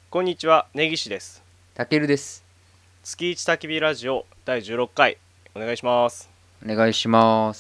こんにちは、根岸です。 たけるです。 月一焚き火ラジオ第16回お願いします。 お願いします。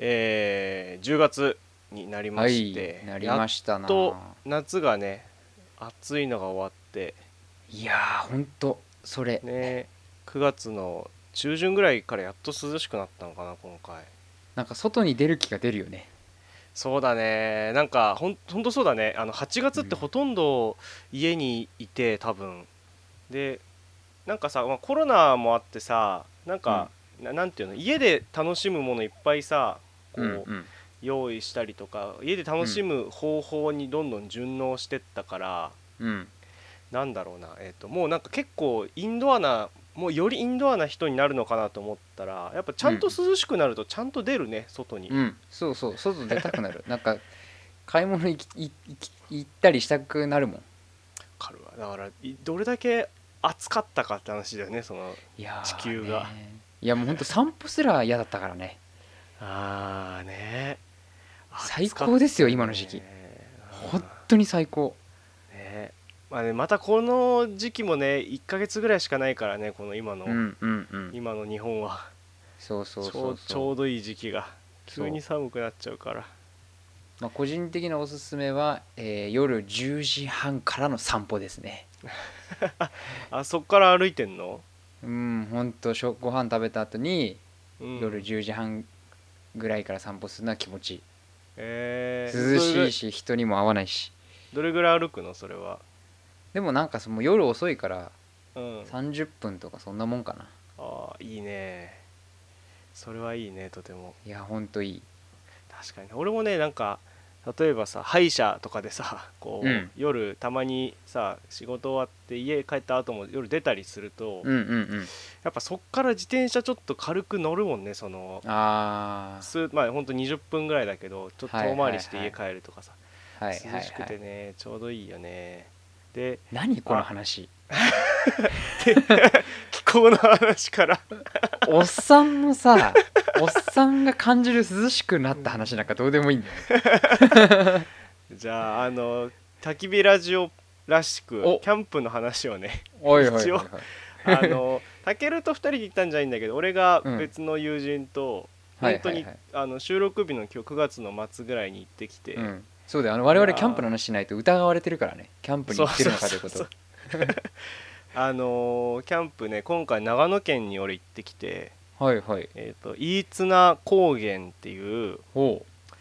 10月になりましはい、 て、 なりやっましたとな。 夏がね、暑いのが終わっていやー、ほんと、それ。 ね、9月の中旬ぐらいからやっと涼しくなったのかな、今回。 なんか外に出る気が出るよね。 そうだね、なんかほんとそうだね、8月ってうん。 ほとんど家にいて、多分。で、なんかさ、コロナもあってさ、なんかうん。 なんていうの、家で楽しむものいっぱいさ、 うん。 こううん。 用意したりとか、家で楽うん。 しむ方法にどんどん順応してったから、 うん。 なんだろうな、もうなんか結構インドアな、もうよりインドアな人になるのかなと思ったら、やっぱちゃんとうん。 涼しくなるとちゃんと出るね、外に。 うん。そうそう、外出たくなる。なんか、買い物行ったりしたくなるもん。 わかるわ。だからどれだけ暑かったかって話だよね、そのいや地ー球が。 ねー。いやもうほんと散歩すら嫌だったからね。 ああね、 最暑かっ高ですよ、 た今の時期。 ね。 本当に最高。 ね、まあね、またこの時期もね、1ヶ月ぐらいしかないからね、この今のうんうんうん。 今の日本はそうそうちょう、 そうそう。 ちょうどいい時期が急にそう。 寒くなっちゃうから。 まあ、個人的なおすすめは、夜10時半からの散歩ですね。 あ、そっから歩いてんの？ うん、ほんとご飯食べた後に夜うん。 10時半ぐらいから散歩するのは気持ちいい。涼どれぐらい、 しいし人にも会わないし。 どれぐらい歩くのそれは？ でもなんかその夜遅いからうん。 30分とかそんなもんかな。 ああ、いいね。それはいいね、とても。 いやほんといい。 確かに俺もね、なんか例えばさ、歯医者とかでさ、こうんう夜たまにさ、仕事終わって家帰った後も夜出たりすると、 うんうんやっぱそっから自転車ちょっと軽く乗るもんね。そのうん。ああ、 まあほんと20分ぐらいだけど、ちょっとはい遠回りはいはいして家帰るとかさ、 はいは涼しくいはい。 てね、ちょうどいいよね。で、 何このあ、 話。 で気候の話からおっさんのさ、おっさんが感じる涼しくなった話なんかどうでもいいんだよね。 じゃあ焚き火ラジオらしくお、 キャンプの話をね、 おいおい一応おいおい。 タケルと2人で行ったんじゃないんだけど、俺がうん。 別の友人と本当にはいはいはい。 収録日の今日9月の末ぐらいに行ってきて、 うん。そうだよ。我いや 々キャンプの話しないと疑われてるからね。キャンプにそう行ってるそうのかということを。 そうそう、キャンプね、今回長野県に俺行ってきて、 はいはい。 飯綱高原っていう、 ほ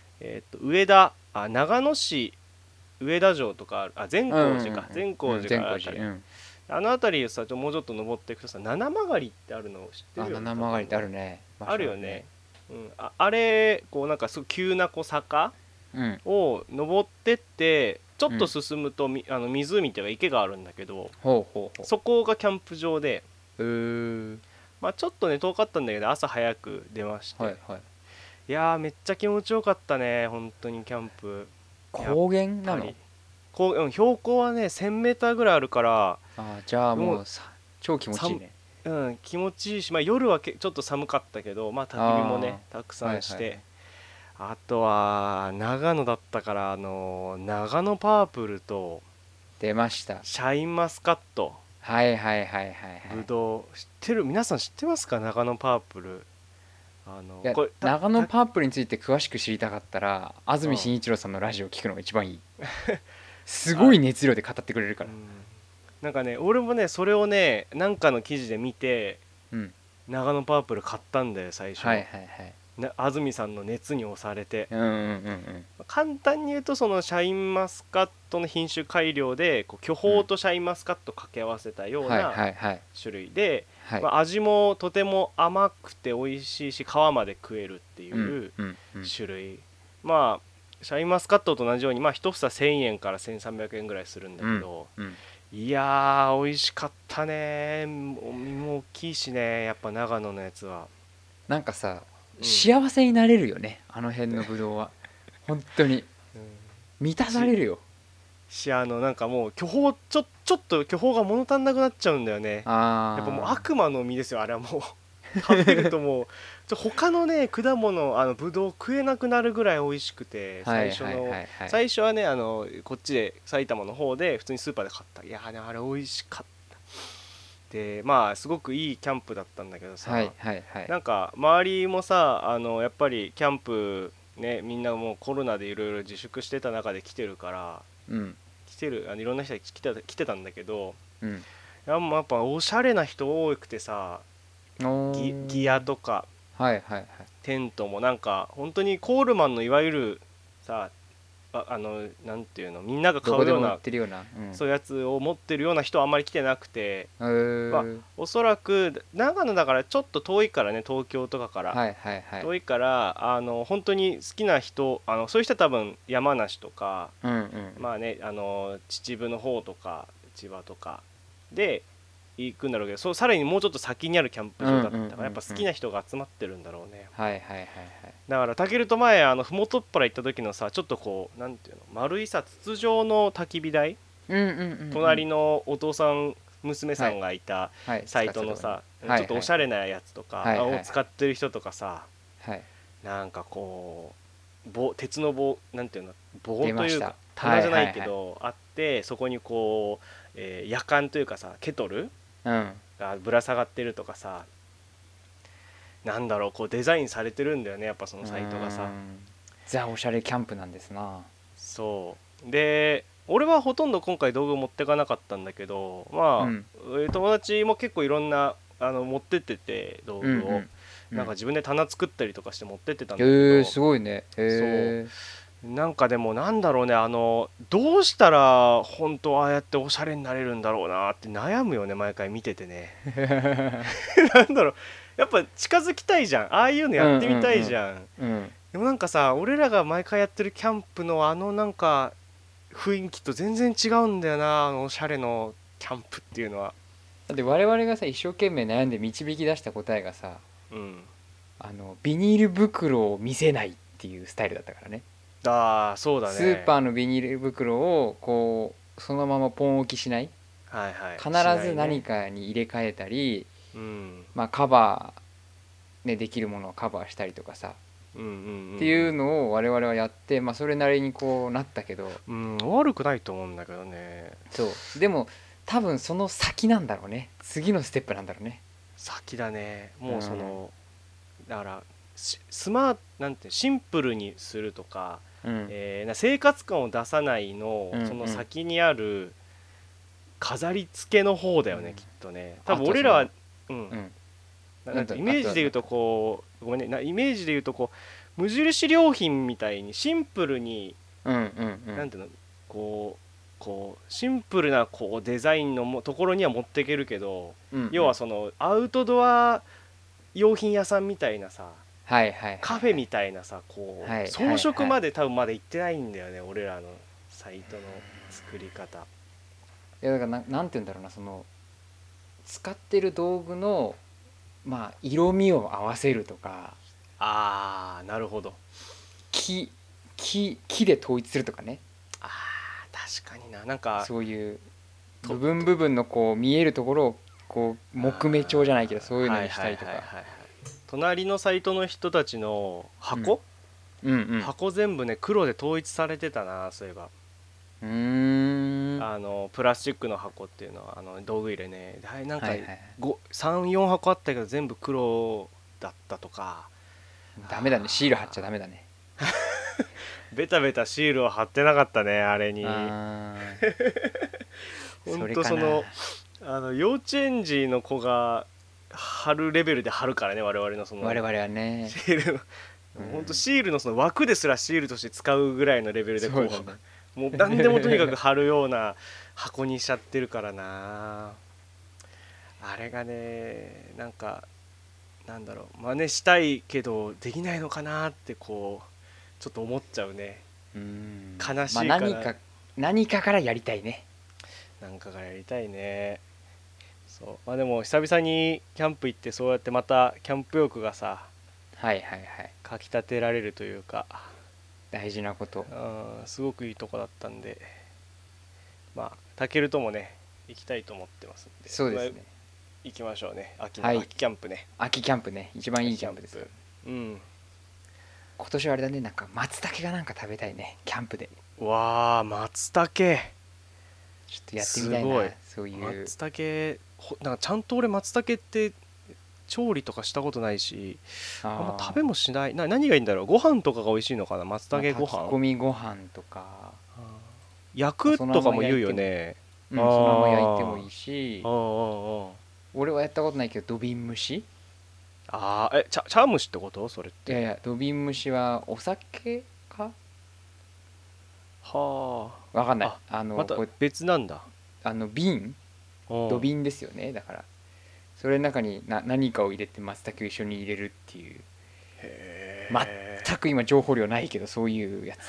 長野市上田城とかある、善う。うん光寺か、 うんうん善光うん。うん、善光寺。 寺があるあたり、 うん。 あの辺りをさ、もうちょっと登っていくとさ、七曲りってあるの知ってあ、 るよね、 七曲りってある多分ね。 ね。場あるよね。 所あるね。 うん、あれこうなんかすごい急なこう坂うん。 を登ってって、ちょっとうん。 進むと湖っていうか池があるんだけど、 ほうほうほそこがキャンプ場で、 う。 まあちょっとね遠かったんだけど朝早く出まして、 はいはい。 いやーめっちゃ気持ちよかったね、本当にキャンプ。やっ高原なの？ ぱり標高はね 1000m ぐらいあるから、 あ、じゃあもうもうさ、超気持ちいいね。 うん、気持ちいいし、まあ、夜はちょっと寒かったけど、まあ、焚き火もねあたくあ、 さんして、 はいはいはい。 あとは長野だったから、長野パープルと出ました。 シャインマスカット、 はいはいはいはいはい。 ブドウ知ってる？皆さん知ってますか？長野パープル。 いや、 これ長野パープルについて詳しく知りたかったら安住うん紳一郎さんのラジオを聞くのが一番いい。すごあい熱量で語ってくれるから。 うん、なんかね俺もねそれをねなんかの記事で見て、 うん。 長野パープル買ったんだよ最初。 はいはいはい。 安住さんの熱に押されて。 うんうんうんうん。 簡単に言うと、そのシャインマスカットの品種改良でこう巨峰うん。 とシャインマスカットを掛け合わせたようはいなはいはい。 種類で、 はい。 まあ、味もとても甘くて美味しいし皮まで食えるってうんいううんうん。 種類。まあシャインマスカットと同じように、まあ、1房1000円から1300円ぐらいするんだうんけど、 うん。 いやー美味しかったね。身も大きいしね、やっぱ長野のやつは。 なんかさ、 うん、 幸せになれるよね、あの辺のブドウは。本当にうん、 満たされるよ。 なんかもうちょっと巨峰が物足んなくなっちゃうんだよね。やっぱもうあ悪魔の実ですよ、あれはもう。 食べるともう他のね果物ぶどう食えなくなるぐらい美味しくて、 はいはいはいはい。 最初はねこっちで埼玉の方で普通にスーパーで買った。いやーねあれ美味しかった。でまあすごくいいキャンプだったんだけどさ、 はいはいはい。 なんか周りもさやっぱりキャンプねみんなもうコロナでいろいろ自粛してた中で来てるから、 うん。 来てるいろんな人が来てたんだけど、 うん。 やっぱおしゃれな人多くてさ、 おギアー。 とかはいはいはい。 テントもなんか本当にコールマンのいわゆるさなんていうのみんながどこでも売っ買うようなてるような。 そういうやつを持ってるような人はあんまり来てなくて、 うん。 まあおそらく長野だからちょっと遠いからね、東京とかからはいはいはい。 遠いから本当に好きな人そういう人は多分山梨とかうんうん。 まあね秩父の方とか千葉とかで行くんだろうけど、そうさらにもうちょっと先にあるキャンプ場だったからやっぱ好きな人が集まってるんだろうね。 はいはいはいはい。 だからタケルと前ふもとっぱら行った時のさ、ちょっとこうなんていうの丸いさ筒状の焚き火台、 うんうんうんうん。 隣のお父さん娘さんがいたはい。 サイ使ってたとこね。 トのさ、ちょっとおはいはい。 しゃれなやつとかはいはいはい。 を使ってる人とかさ、 はい。 なんかこう鉄の棒なんていうの棒というか出ました。はい棚じゃないはいはい。 けどあって、そこにこう、夜間というかさケトルうん。 がぶら下がってるとかさ、なんだろうこうデザインされてるんだよねやっぱそのうーサイトがさ。 ん。ザおしゃれキャンプなんですな。 そうで俺はほとんど今回道具持ってかなかったんだけど、まあうん。 友達も結構いろんな持ってってて道具をうんうんうん。 なんか自分で棚作ったりとかして持ってってたんだけど、 すごいね。 そへえ。 うなんかでもなんだろうねどうしたら本当ああやっておしゃれになれるんだろうなって悩むよね毎回見ててね。なんだろうやっぱ近づきたいじゃん、ああいうのうんうやってみたいんじゃん。 うん。うん。 でもなんかさ俺らが毎回やってるキャンプのなんか雰囲気と全然違うんだよなおしゃれのキャンプっていうのは。 だって我々がさ、一生懸命悩んで導き出した答えがさ、 うんビニール袋を見せないっていうスタイルだったからね。 ああそうだスーパね。 ーのビニール袋をこうそのままポン置きしない。 はいはい必しなず何いね。 かに入れ替えたり、 うんまあカバーね、できるものをカバーしたりとかさうんうんっていうのを我々はやって、まあそれなりにこうなったけど、 うんうん悪くないと思うんだけどね。 そうでも多分その先なんだろうね。次のステップなんだろうね。 先だねもうそうんのだからスマートなんてシンプルにするとか、 うん生活感を出さないうんうのそのん先にある飾り付けの方だよね、 うん。 きっとね多あ分俺らはとそのうんうんなんてイなんだあメージで言うととはなんだ。 こうごめんねイメージで言うとこう無印良品みたいにシンプルにうんうんなんていうのシンプルなこうデザインのところには持っていけるけど、 うんうんうん。 要はそのアウトドア用品屋さんみたいなさはいはいはいカフェみたいなさこはいう装飾はいはい。 まで多分まだ行ってないんだよね俺らのサイトの作り方。 いやだからなんて言うんだろうな、その使ってる道具のまあ色味を合わせるとか、 あーなるほど。 木木で統一するとかね。 あー確かにななんかそういう部と分部分のこう見えるところをこう木目調じゃないけどそういうのにしはいはいたりとか。 はいはいはい。隣のサイトの人たちのうんうん箱全部ね黒で統一されてたなそういえば。 うん。 プラスチックの箱っていうのは道具入れねなんかはいはいはい。 34箱あったけど全部黒だったとか。 ダメだね、シール貼っちゃダメだね。 ベタベタシールを貼ってなかったねあれに。 あーほんそれとそのかな。 幼稚園児の子が貼るレベルで貼るからね我々のその我々はね。 シールのほんとうん。 シールのその枠ですらシールとして使うぐらいのレベルでこそうだね。 うもう何でもとにかく貼るような箱にしちゃってるからな。あれがねなんかなんだろう真似したいけどできないのかなってこうちょっと思っちゃうね。 うん。 悲まあしいから何かからやりたいね。 なんかからやりたいね。そうまあでも久々にキャンプ行ってそうやってまたキャンプ欲がさはいはいはい。 かきたてられるというか、 大事なこと。 すごくいいとこだったんでまあたけるともね行きたいと思ってますんで、 そうですね。 行きましょうね。秋の、 はい秋キャンプね。 秋キャンプね、一番いいキャンプですから。 うん今年はあれだね、なんか松茸がなんか食べたいね、キャンプで。 わあ松茸ちょっとやってみたいすごいな、そういう。 松茸なんかちゃんと俺松茸って調理とかしたことないしあんま食べもしない。何がいいんだろう。ご飯とかが美味しいのかな。松まあ茸ご炊き飯、 込みご飯とか、 焼くとかも言うよね。 うん、そのまま焼いてもいいし、 うんうんうん。 俺はやったことないけど土瓶蒸し。 茶蒸しってことそれっいやいて。 や、土瓶蒸しはお酒かはわかんない。 またこれ別なんだ。 瓶、 うん土瓶ですよね。だからそれの中に何かを入れて松茸を一緒に入れるっていう。 へ全く今情報量ないけど、そういうやつ。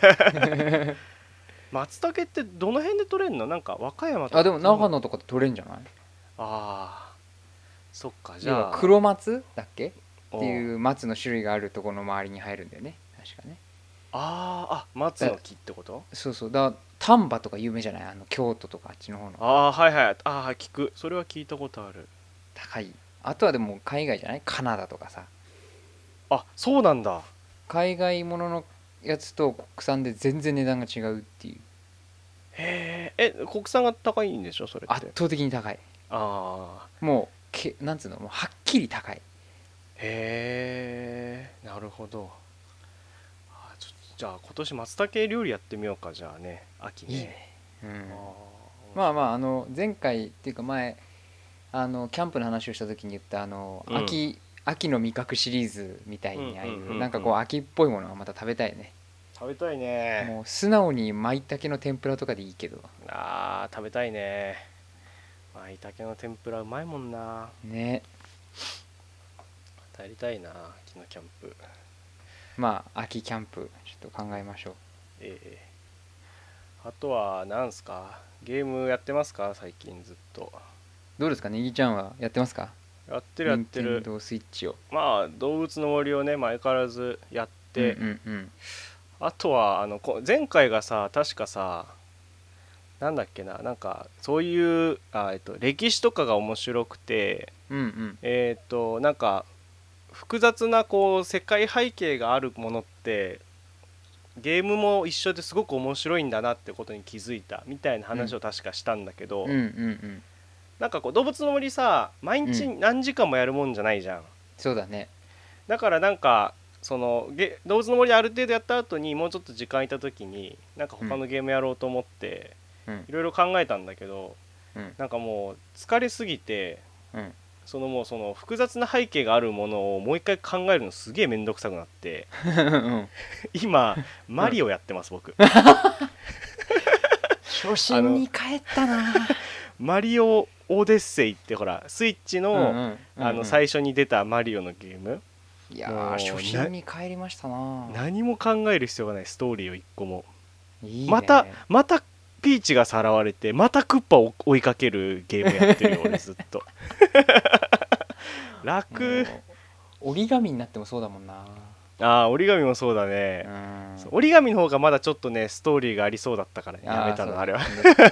松茸ってどの辺で取れんの。なんか和歌山とか。 でも長野とかで取れんじゃない？ ああそっか。じ要ゃあは黒松だっけってういう松の種類があるところの周りに入るんだよね、確かね。 松の木ってこと。 そうそう、丹波とか有名じゃない？京都とかあっちの方の。 はいはい。聞く。それは聞いたことある。 高い。あとはでも海外じゃない？カナダとかさ、 そうなんだ。 海外もののやつと国産で全然値段が違うっていう。 へえ。国産が高いんでしょそれって。 圧倒的に高い。もうなんつうの、もうはっきり高い。 へえなるほど。じゃあ今年松茸料理やってみようか。じゃあね秋ね。 いいね。うん。 あまあ前回っていうか前キャンプの話をした時に言った秋の味覚シリーズみたいに、ああいうなんかこう秋っぽいものがまた食べたいね。 食べたいね。 もう素直に舞茸の天ぷらとかでいいけど食べたいね。舞茸の天ぷらうまいもんな。 ね。 やりたいな秋のキャンプ。 まあ秋キャンプちょっと考えましょう。 あとは何すか。ゲームやってますか最近ずっと。 どうですか、ネギちゃんはやってますか？ やってるやってる。 任天堂スイッチを。 動物の森をね前からずやって、 うんあとは前回がさ確かさなんだっけな。なんかそういう歴史とかが面白くてうんうんなんか複雑なこう世界背景があるものってゲームも一緒ですごく面白いんだなってことに気づいたみたいな話を確かしたんだけど、 うんなんかこう動物の森さ毎日何時間もやるもんじゃないじゃん。 そうだね。 だからなんかその動物の森ある程度やった後にもうちょっと時間空いた時になんか他のゲームやろうと思っていろいろ考えたんだけど、なんかもう疲れすぎてその複雑な背景があるものをもう一回考えるのすげえめんどくさくなって今マリオやってます僕。 初心に帰ったな。 マリオオデッセイってほらスイッチの最初に出たマリオのゲーム。 いやー初心に帰りましたな。 何も考える必要がないストーリーを一個も。 いいね。 またピーチがさらわれてまたクッパを追いかけるゲームやってるよ俺ずっと。楽。 折り紙になってもそうだもんな。 折り紙もそうだね。 そう折り紙の方がまだちょっとねストーリーがありそうだったからねやめたのあれは。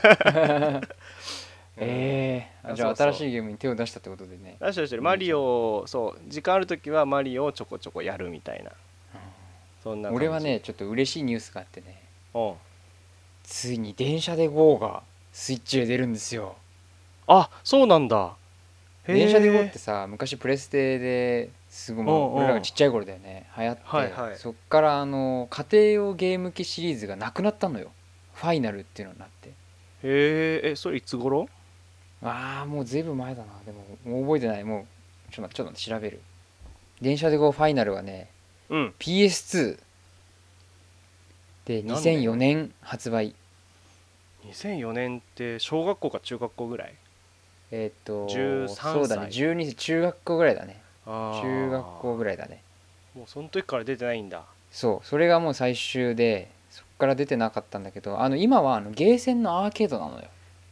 じゃあ新しいゲームに手を出したってことでね。 出してるマリオ。そう時間ある時はマリオをちょこちょこやるみたいな、そんな感じ。 俺はねちょっと嬉しいニュースがあってね、 うんついに電車で GO がスイッチで出るんですよ。 そうなんだ。 電車で GO ってさ昔プレステですごい俺らがちっちゃい頃だよね流行って、そっから家庭用ゲーム機シリーズがなくなったのよ。ファイナルっていうのになって。 それいつ頃？ もうずいぶん前だな。でももう覚えてない。もうちょっと待って調べる。電車で GO ファイナルはね、PS2 で2004年発売。 2004年って小学校か中学校ぐらい？13歳。 そうだね12歳。中学校ぐらいだね。中学校ぐらいだね。 もうその時から出てないんだ。 それがもう最終でそっから出てなかったんだけど、今はゲーセンのアーケードなのよ。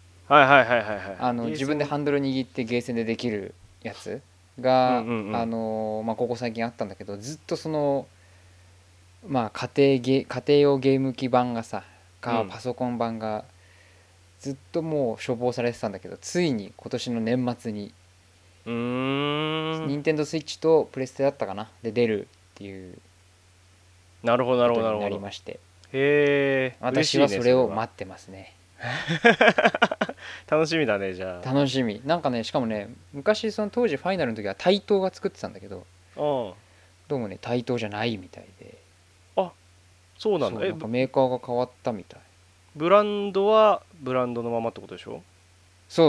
自分でハンドル握ってゲーセンでできるやつがここ最近あったんだけど、ずっとその家庭用ゲーム機版がさパソコン版がずっともう処方されてたんだけど、ついに今年の年末に任天堂スイッチとプレステだったかなで出るっていうなるほどなるほどことになりまして、 へえ、 私はそれを待ってますね。 楽しみだね。じゃあ楽しみ。なんかね、しかもね、昔その当時ファイナルの時は対等が作ってたんだけど、どうもね対等じゃないみたいで。 あ、そうなんだ。 なんかメーカーが変わったみたい。 ブランドはブランドのままってことでしょ。 そう、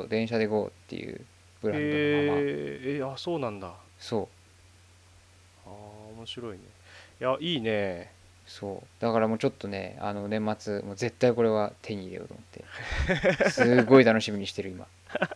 電車で GO っていうブランドのまま。 あ、そうなんだ。 そう。 あ、面白いね。いや、いいね。 そうだからもうちょっとね、年末もう絶対これは手に入れようと思ってすごい楽しみにしてる今。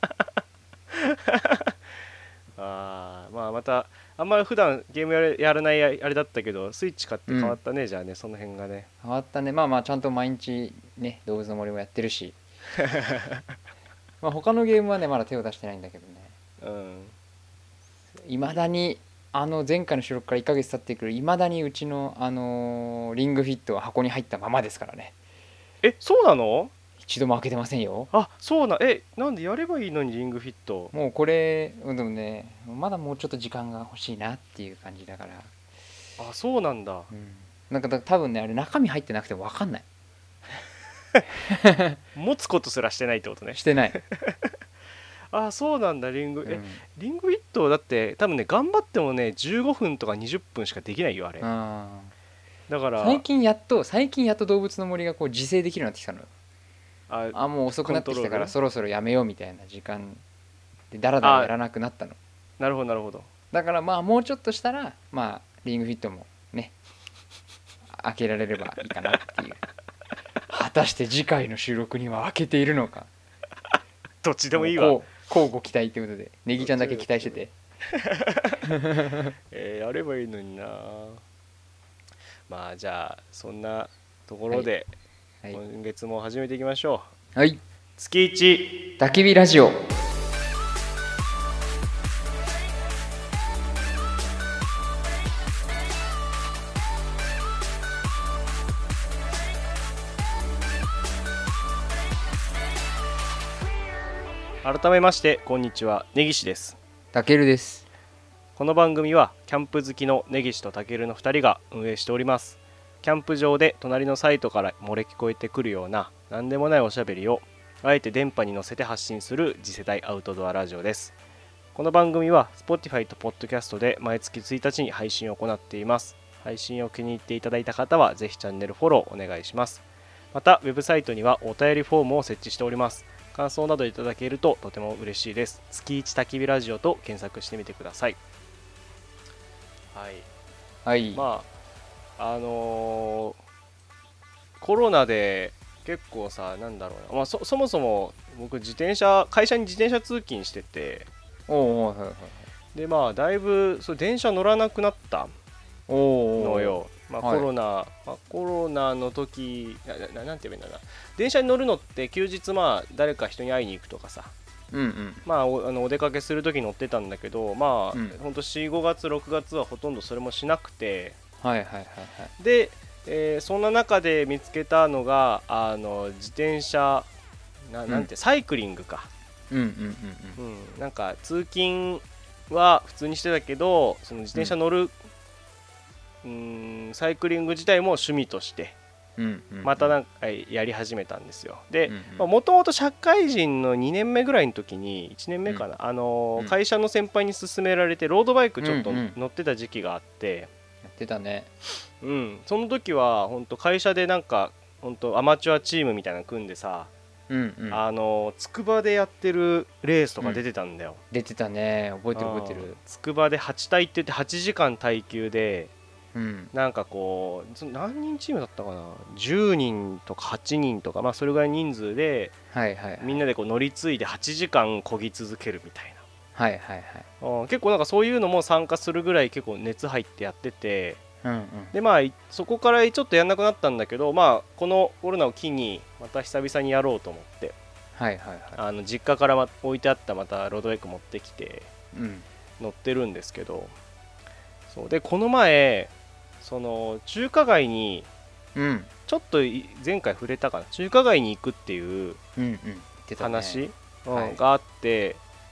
まあまたあんまり普段ゲームやらないあれだったけど、スイッチ買って変わったね。じゃあね、その辺がね変わったね。まあちゃんと毎日ね動物の森もやってるしまあ他のゲームはねまだ手を出してないんだけどね。いまだに前回の収録から1ヶ月経ってくる、いまだにうちのリングフィットは箱に入ったままですからね。 そうなの？ 一度も開けてませんよ。 そうな、なんでやればいいのにリングフィット。 もうこれでもね、まだもうちょっと時間が欲しいなっていう感じだから。 そうなんだ。 なんか多分ね、あれ中身入ってなくても分かんない持つことすらしてないってことね。 してないそうなんだ。リングフィットだって多分ね、頑張ってもね15分とか20分しかできないよあれ。だから最近やっと動物の森がこう自制できるようになってきたのよ。もう遅くなってきたからそろそろやめようみたいな時間でダラダラやらなくなったの。 なるほどなるほど。 だからもうちょっとしたらリングフィットもね開けられればいいかなっていう果たして次回の収録には開けているのか。 どっちでもいいわ。 交互期待ってことで、ネギちゃんだけ期待しててやればいいのにな。じゃあそんなところで、今月も始めていきましょう。はい。 月1 焚き火ラジオ。 改めましてこんにちは、根岸です。 たけるです。 この番組はキャンプ好きの根岸とたけるの2人が運営しております。キャンプ場で隣のサイトから漏れ聞こえてくるような何でもないおしゃべりをあえて電波に乗せて発信する次世代アウトドアラジオです。この番組は Spotify と Podcast で毎月1日に配信を行っています。配信を気に入っていただいた方はぜひチャンネルフォローお願いします。またウェブサイトにはお便りフォームを設置しております。感想などいただけるととても嬉しいです。月1焚き火ラジオと検索してみてください。 はい。 コロナで結構さ、なんだろうな、そもそも僕会社に自転車通勤してて、でだいぶ電車乗らなくなったのよ。コロナの時なんて言えばいいんだな、電車に乗るのって休日誰か人に会いに行くとかさ、お出かけする時乗ってたんだけど、ほんと4、5月6月はほとんどそれもしなくて、で、そんな中で見つけたのが自転車なんてサイクリングか。なんか通勤は普通にしてたけど、その自転車乗る、サイクリング自体も趣味としてまたなんかやり始めたんですよ。で、もともと社会人の2年目ぐらいの時に、1年目かな、会社の先輩に勧められてロードバイクちょっと乗ってた時期があって、 やってたね。 その時は本当会社でなんか本当アマチュアチームみたいなの組んでさ、筑波でやってるレースとか出てたんだよ。 出てたね。覚えてる。 筑波で8体って言って8時間耐久で、なんかこう何人チームだったかな、10人とか8人とか、それぐらい人数で、みんなでこう乗り継いで8時間漕ぎ続けるみたいな。結構なんかそういうのも参加するぐらい結構熱入ってやってて、でそこからちょっとやんなくなったんだけど、このコロナを機にまた久々にやろうと思って、実家から置いてあったまたロードバイク持ってきて乗ってるんですけど、そうでこの前その中華街に、ちょっと前回触れたかな、中華街に行くっていう話があって、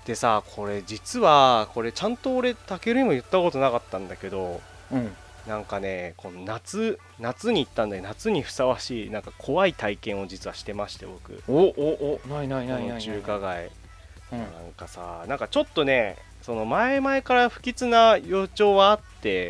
でさ、これ実はこれちゃんと俺タケルにも言ったことなかったんだけど、 うん。 なんかねこの夏に行ったんだよ。夏にふさわしいなんか怖い体験を実はしてまして、僕ないないないない。 この中華街、 うん。 なんかさ、なんかちょっとねその前々から不吉な予兆はあって、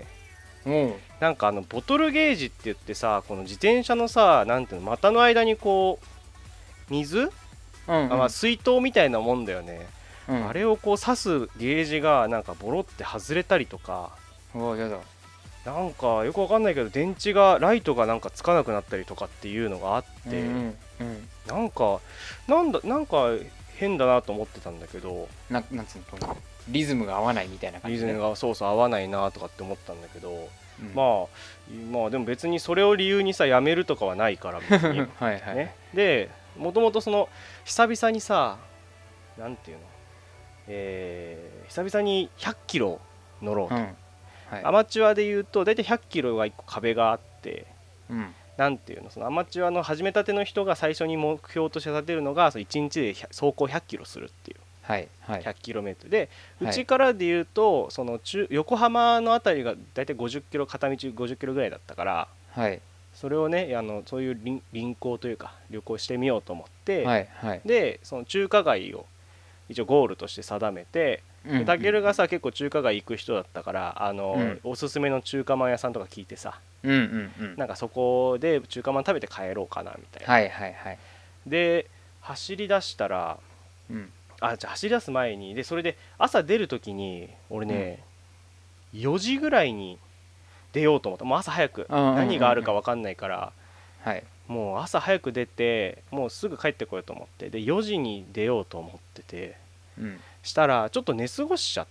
うん。 なんかボトルゲージって言ってさ、この自転車のさ、なんていうの、股の間にこう水、 うん。 まあ、水筒みたいなもんだよね、 うん。 あれをこう刺すゲージがなんかボロって外れたりとか、 うわ、やだ。 なんかよくわかんないけど電池がライトがなんかつかなくなったりとかっていうのがあって、 うんうんなんかなんか変だなと思ってたんだけど、 なんつうの、このリズムが合わないみたいな感じで、 リズムがそうそう合わないなとかって思ったんだけど、 うんまあでも別にそれを理由にさやめるとかはないから別にはいはい、 ね。でもともとその久々にさ、なんていうの、久々に100キロ乗ろうと、 うんはい、 アマチュアでいうと大体100キロが1個壁があって、 うんなんていうの、そのアマチュアの始めたての人が最初に目標として立てるのがその1日で走行100キロするっていう、 はいはい、 100キロメートルで、 はいうちからでいうとその横浜のあたりが大体50キロ、片道50キロぐらいだったから、 はいそれをねそういう輪行というか旅行してみようと思って、 はいはい、 でその中華街を一応ゴールとして定めて、 うんうん、 たけるがさ結構中華街行く人だったからんおすすめの中華まん屋さんとか聞いてさ、 うんうんうん、 なんかそこで中華まん食べて帰ろうかなみたいな、 はいはいはい、 で走り出したら、 うん、 じゃあ走り出す前にで、それで朝出る時に俺ね、4時ぐらいに出ようと思った。もう朝早く、何があるか分かんないから、 はい、 もう朝早く出てもうすぐ帰ってこようと思って、で4時に出ようと思ってて、 うん、 したらちょっと寝過ごしちゃって、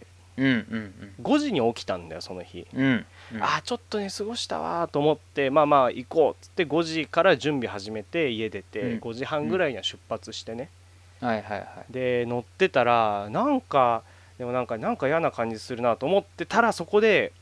うんうん 5時に起きたんだよその日、 うん、うん、 ちょっと寝過ごしたわと思って、まあ行こうっつって5時から準備始めて家出て、5時半ぐらいには出発してね、 はいはいはい、 で乗ってたらなんか嫌な感じするなと思ってたら、そこで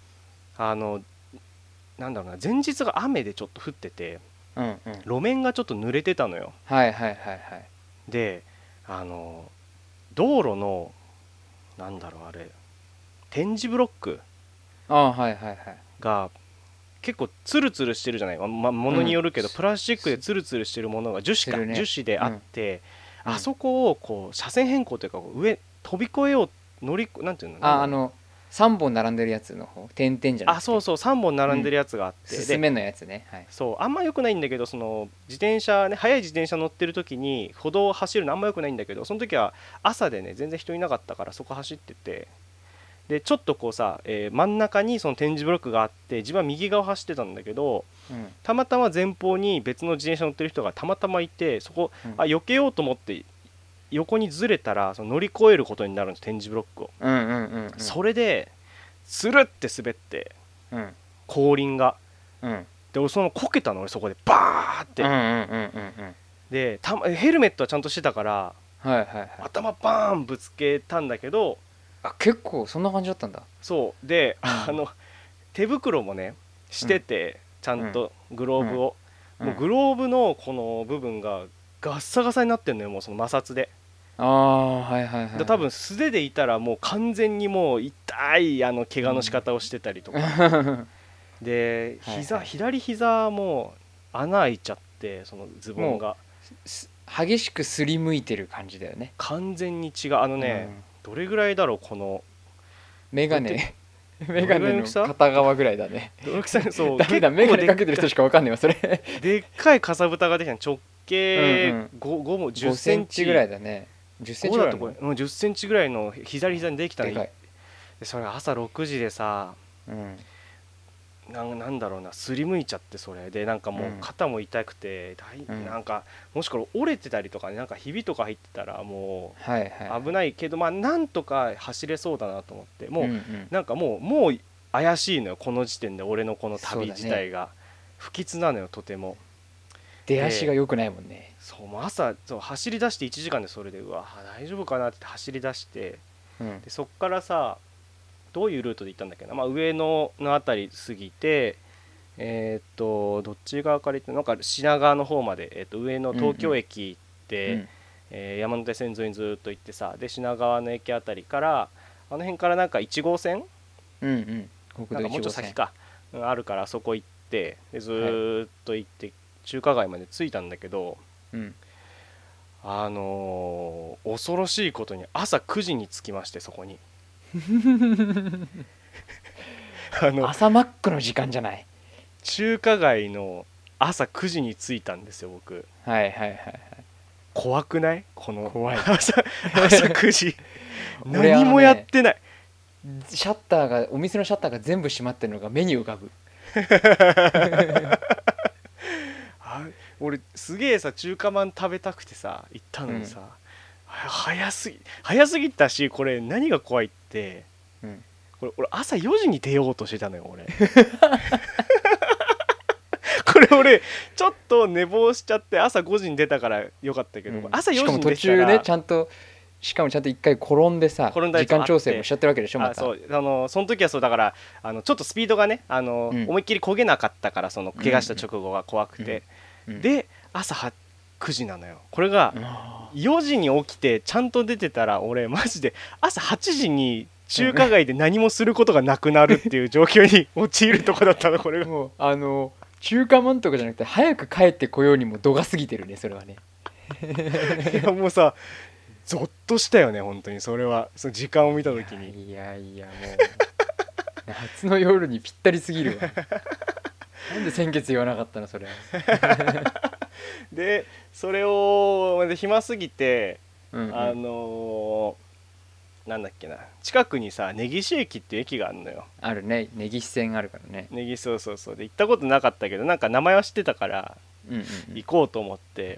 なんだろうな、前日が雨でちょっと降ってて、 うんうん、 路面がちょっと濡れてたのよ。 はいはいはいはい、 で道路のなんだろうあれ、点字ブロックはいはいはい、 が結構ツルツルしてるじゃない、ものによるけど、プラスチックでツルツルしてるものが樹脂であって、あそこをこう車線変更というか上飛び越えよう、なんていうの、 3本並んでるやつの方、点々じゃなくて、 そうそう、3本並んでるやつがあって、 進めのやつね、はい、 そうあんま良くないんだけど、その自転車ね、速い自転車乗ってる時に歩道を走るのあんま良くないんだけど、その時は朝でね全然人いなかったからそこ走ってて、でちょっとこうさ、真ん中にその点字ブロックがあって、自分は右側を走ってたんだけど、たまたま前方に別の自転車乗ってる人がたまたまいて、そこ、避けようと思って横にずれたらその乗り越えることになるんです、点字ブロックを、それでスルって滑って、後輪が、で俺そのこけたの、俺そこでバーって、でヘルメットはちゃんとしてたから、頭バーンぶつけたんだけど、 結構そんな感じだったんだ。 そうで、手袋もねしてて、ちゃんとグローブを、もうグローブのこの部分がガッサガサになってんのよ、もうその摩擦で。多分素手でいたらもう完全にもう痛い怪我の仕方をしてたりとか、で左膝も穴開いちゃって、そのズボンが激しくすりむいてる感じだよね。 完全に違う。どれぐらいだろう、このメガネの片側ぐらいだね。 そうダメだ、メガネかけてる人しかわかんないわそれ。 でっかいかさぶたができたの、直径10センチぐらいだね。10センチぐらいの 10センチぐらいの膝にできたの。 でかい。 でそれ朝6時でさ、なんだろうな、すりむいちゃって、それでなんかもう肩も痛くて、なんかもしこれ折れてたりとかね、なんかひびとか入ってたらもう危ないけど、なんとか走れそうだなと思って、もうなんかもう怪しいのよ、この時点で俺のこの旅自体が不吉なのよ、とても。 出足が良くないもんね。 そう、もう朝走り出して1時間で、それでうわ大丈夫かなって走り出して、でそっからさどういうルートで行ったんだっけな、上野の辺り過ぎて、どっち側から行ったのか、品川の方まで、上野東京駅行って、 山手線沿いにずっと行ってさ、で品川の駅あたりからあの辺からなんか1号線、 うんうん、国道1 なんかもうちょっと号線先か、あるからそこ行って、でずはいーっと行って中華街まで着いたんだけど、 うん恐ろしいことに朝9時に着きまして、そこに朝マックの時間じゃない。 中華街の朝9時に着いたんですよ僕。 はいはいはいはい。 怖くない？この怖い朝9時俺何もやってない。 シャッターがお店のシャッターが全部閉まってるのが目に浮かぶ。 俺すげえさ中華まん食べたくてさ行ったのにさ、早すぎたし、これ何が怖いって、 うん、 これ俺朝4時に出ようとしてたのよ俺これ俺ちょっと寝坊しちゃって朝5時に出たからよかったけど、朝4時に出たらしかも途中ねちゃんと一回転んでさ転んだり時間調整もしちゃってるわけでしょまた。 その時はそうだからちょっとスピードがね思いっきり焦げなかったから、その怪我した直後が怖くて、で朝9時なのよ。これが4時に起きてちゃんと出てたら俺マジで朝8時に中華街で何もすることがなくなるっていう状況に陥るとこだったのこれが。 もう中華まんとかじゃなくて早く帰ってこようにも度が過ぎてるねそれはね。 いやもうさゾッとしたよね本当に。それはその時間を見た時にいやもう夏の夜にぴったりすぎるわ。なんで先月言わなかったのそれ。 でそれを暇すぎて、 うんうん、 なんだっけな、近くにさ根岸駅っていう駅があるのよ。 あるね、根岸線あるからね。 そうで行ったことなかったけどなんか名前は知ってたから、 うんうんうん、 行こうと思って、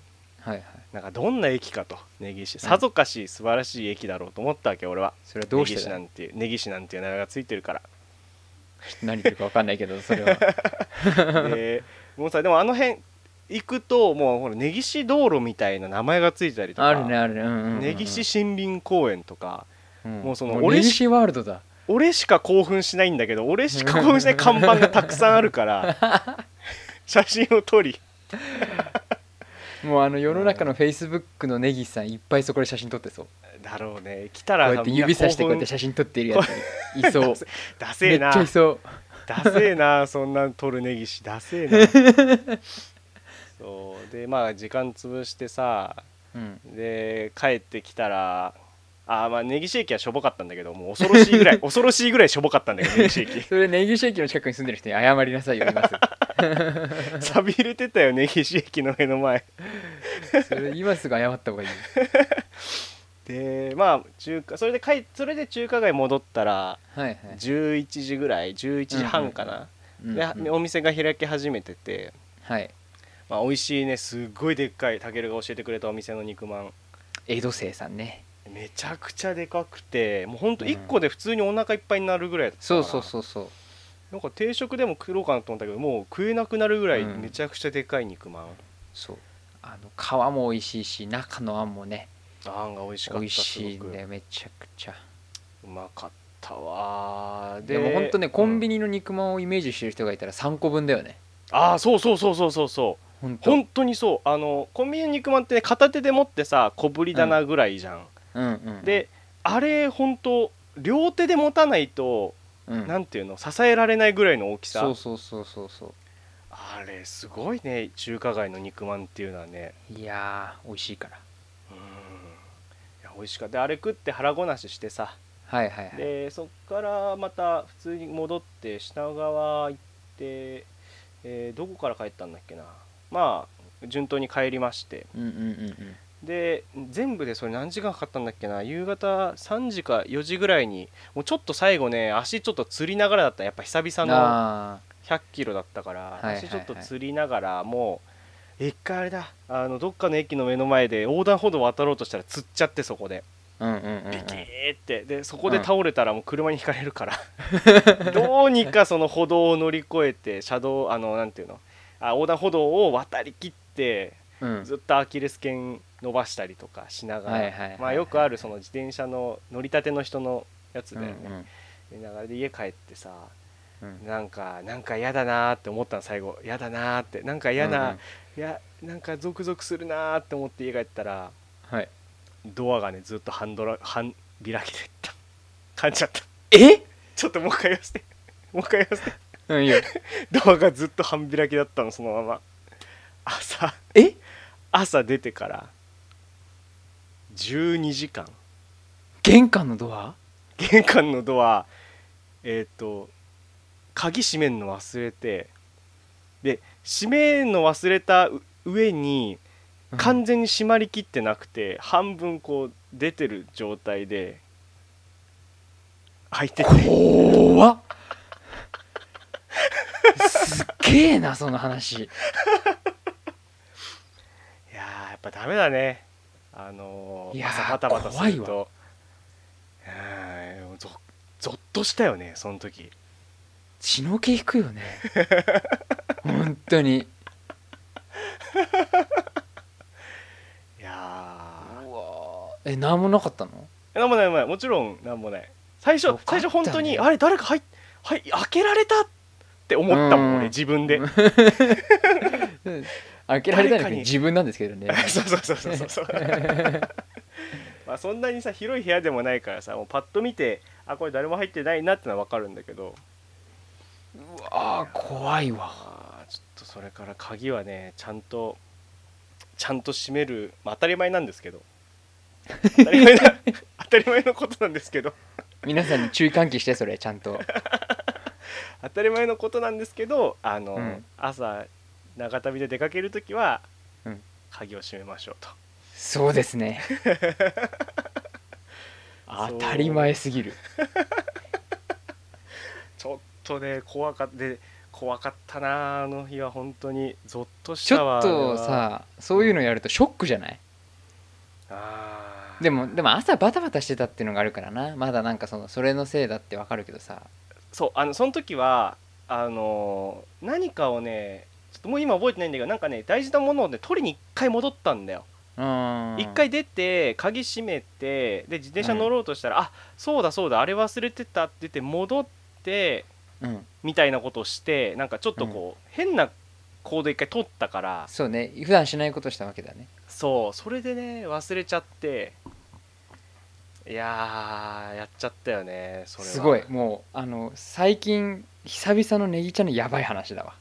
はいはい、 なんかどんな駅かと、根岸さぞかし素晴らしい駅だろうと思ったわけ俺は。 それはどうして根岸なんていう名前がついてるから。 何言ってるか分かんないけどそれはでもうさでもあの辺行くともうほら根岸道路みたいな名前がついたりとか、 あるねあるね、うんうんうんうん、 根岸森林公園とか、 うん、 もうその根岸ワールドだ。 俺しか興奮しないんだけど、俺しか興奮しない看板がたくさんあるから写真を撮りもう世の中のフェイスブックの根岸さんいっぱいそこで写真撮ってそうだろうね。来たらこうやって指さしてこうやって写真撮ってるやついそうダセえな、 めっちゃいそうダセえな、そんなん撮る根岸ダセえなそうでまあ時間潰してさ、うん、で帰ってきたらまあ根岸駅はしょぼかったんだけど、もう恐ろしいぐらい恐ろしいぐらいしょぼかったんだけど根岸駅それ根岸駅の近くに住んでる人に謝りなさいよ今すぐ錆びれてたよ根岸駅の目の前それ今すぐ謝った方がいいでまあそれで中華街戻ったら、はいはい、11時ぐらい11時半かな、うんうん、でお店が開き始めてて、はいまあ、美味しいねすっごいでっかいたけるが教えてくれたお店の肉まん、 江戸清さんね、 めちゃくちゃでかくてもうほんと1個で普通にお腹いっぱいになるぐらいだったから、 そうなんか定食でも食ろうかなと思ったけどもう食えなくなるぐらいめちゃくちゃでかい肉まん、 そう皮も美味しいし中のあんもねあんが美味しかった。 美味しいねめちゃくちゃうまかったわ。 でもほんとねコンビニの肉まんをイメージしてる人がいたら3個分だよね、 そう本当にそうコンビニの肉まんってね片手で持ってさ小ぶりだなぐらいじゃん、うんうんうん、であれ本当両手で持たないと、うん、なんていうの支えられないぐらいの大きさ。 そうあれすごいね中華街の肉まんっていうのはね。 いやー美味しいから、 いや美味しかった。あれ食って腹ごなししてさ、 はいはいはい、 でそっからまた普通に戻って品川行って、どこから帰ったんだっけな、まあ順当に帰りまして、で全部でそれ何時間かかったんだっけな、夕方3時か4時ぐらいにもうちょっと最後ね足ちょっとつりながらだった。やっぱ久々の100キロだったから、足ちょっとつりながらもう一回あれだどっかの駅の目の前で横断歩道渡ろうとしたらつっちゃって、そこでビキーってでそこで倒れたらもう車にひかれるからどうにかその歩道を乗り越えて車道なんていうの横断歩道を渡りきって、ずっとアキレス腱伸ばしたりとかしながら、まあよくあるその自転車の乗りたての人のやつだよね、見ながらで家帰ってさ、なんか嫌だなーって思ったの最後。嫌だなーってなんか嫌な、いやなんかゾクゾクするなーって思って家帰ったら、はい、 ドアがねずっと半開きでった噛んじゃった。 えちょっともう一回言わせてもう一回言わせて。 うんいいよ。 ドアがずっと半開きだったの、そのまま。 え朝出てから12時間玄関のドア？ 玄関のドア鍵閉めんの忘れて、で閉めんの忘れた上に完全に閉まりきってなくて、半分こう出てる状態で開いてて、 怖っすっげえなその話。 いややっぱダメだね、 いや朝バタバタする怖いと。ゾッとしたよねその時。 血の気引くよね本当に。 いやうわなんもなかったの？ なんもないもちろんなんもない。最初本当にあれ誰か開けられたって思ったもん俺自分で開けられたのに自分なんですけどねそうまあそんなにさ広い部屋でもないからさ、もうパッと見てこれ誰も入ってないなってのは分かるんだけど、 うわ怖いわ。 ちょっとそれから鍵はねちゃんと閉める、当たり前なんですけど当たり前のことなんですけど皆さんに注意喚起してそれちゃんと当たり前のことなんですけど朝長旅で出かけるときは、鍵を閉めましょうと。 そうですね当たり前すぎるちょっとね怖かったなあの日は。本当にゾッとしたわ。 ちょっとさそういうのやるとショックじゃない？でも朝バタバタしてたっていうのがあるからな。まだなんかそれのせいだってわかるけどさ。 そうその時は何かをねちょっともう今覚えてないんだけど、なんかね大事なものをね取りに一回戻ったんだよ。一回出て鍵閉めてで自転車乗ろうとしたら、そうだあれ忘れてたって言って戻って、みたいなことをして、なんかちょっとこう、変な行動一回取ったから。 そうね、普段しないことしたわけだね。 それでね忘れちゃって、いややっちゃったよねそれは。 すごい、もう最近久々のネギちゃんのやばい話だわ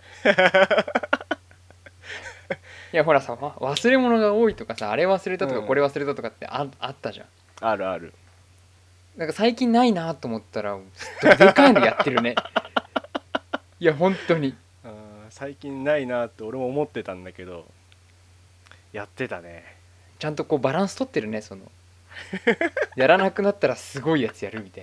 いやほらさ、忘れ物が多いとかさ、あれ忘れたとかこれ忘れたとかってあったじゃん。 あるある。 なんか最近ないなと思ったらでかいのやってるねいや本当に最近ないなって俺も思ってたんだけど、やってたね。 ちゃんとこうバランス取ってるね。やらなくなったらすごいやつやるみたいな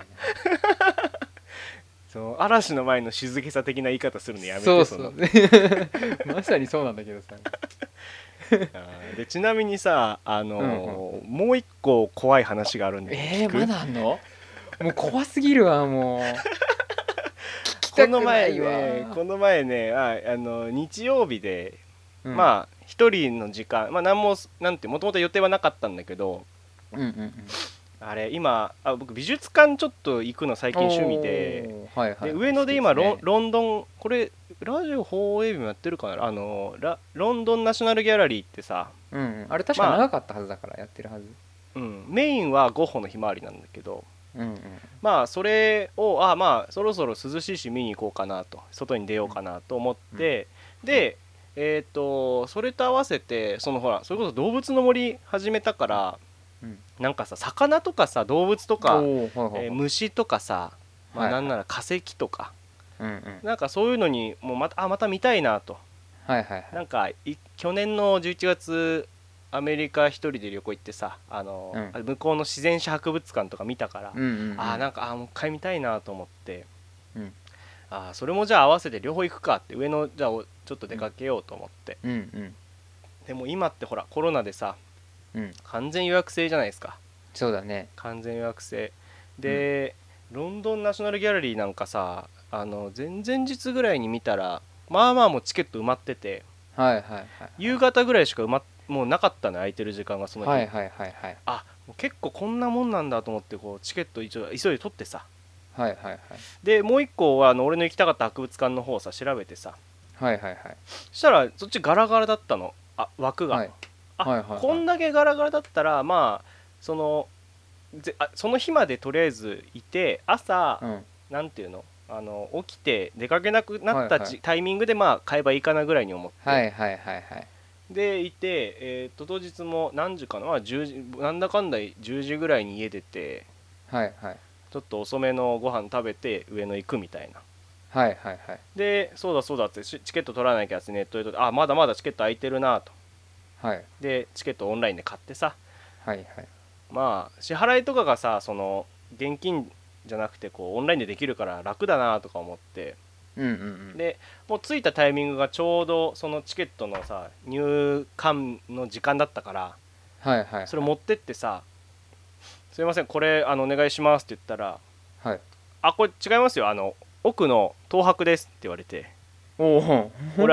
嵐の前の静けさ的な言い方するのやめて。 そうまさにそうなんだけどさでちなみにさもう一個怖い話があるんだけど。 まだあんの？もう怖すぎるわもう聞きたたくないわ。 この前ね日曜日で、まあ一人の時間、何もなんてもともと予定はなかったんだけど、あれ今僕美術館ちょっと行くの最近趣味で、で上野で今ロンドン、これラジオ放映日もやってるかな、ロンドンナショナルギャラリーってさ、 あれ確か長かったはずだからやってるはず。 メインはゴッホのひまわりなんだけど、まあそれをそろそろ涼しいし見に行こうかなと、外に出ようかなと思って、でそれと合わせてほらそれこそ動物の森始めたから、なんかさ魚とかさ動物とか、虫とかさ、なんなら化石とか、なんかそういうのにもうまた見たいなと。なんか去年の11月アメリカ一人で旅行行ってさ、向こうの自然史博物館とか見たから、なんかもう一回見たいなと思って、それもじゃあ合わせて両方行くかって上野じゃあちょっと出かけようと思って、でも今ってほらコロナでさ、完全予約制じゃないですか。 そうだね、 完全予約制で、ロンドンナショナルギャラリーなんかさ前々日ぐらいに見たらもうチケット埋まってて、夕方ぐらいしかもうなかったね、空いてる時間がその日。もう結構こんなもんなんだと思ってこうチケット一応急いで取ってさ、でもう一個は俺の行きたかった博物館の方さ調べてさ、そしたらそっちガラガラだったの、枠が。こんだけガラガラだったらその日までとりあえずいて、朝、 うん、 なんていうの、起きて出かけなくなったはいはい、 タイミングでまあ買えばいいかなぐらいに思って、 はいはいはいはい。 でいて、当日も何時かな、まあ、10時なんだかんだ10時ぐらいに家出て、 はいはい。 ちょっと遅めのご飯食べて上野行くみたいな。 はいはいはい。 でそうだそうだってチケット取らなきゃってネットであ、まだまだチケット空いてるなと。 はいでチケットオンラインで買ってさ、 はいはい。 まあ支払いとかがさ、現金じゃなくてこうオンラインでできるから楽だなとか思って、 うんうんうん。 でもう着いたタイミングがちょうどそのチケットのさ入館の時間だったから、 はいはいはい。 それ持ってってさ、すいませんこれお願いしますって言ったら、 はい。 これ違いますよ、奥の東博ですって言われて、 おお。 俺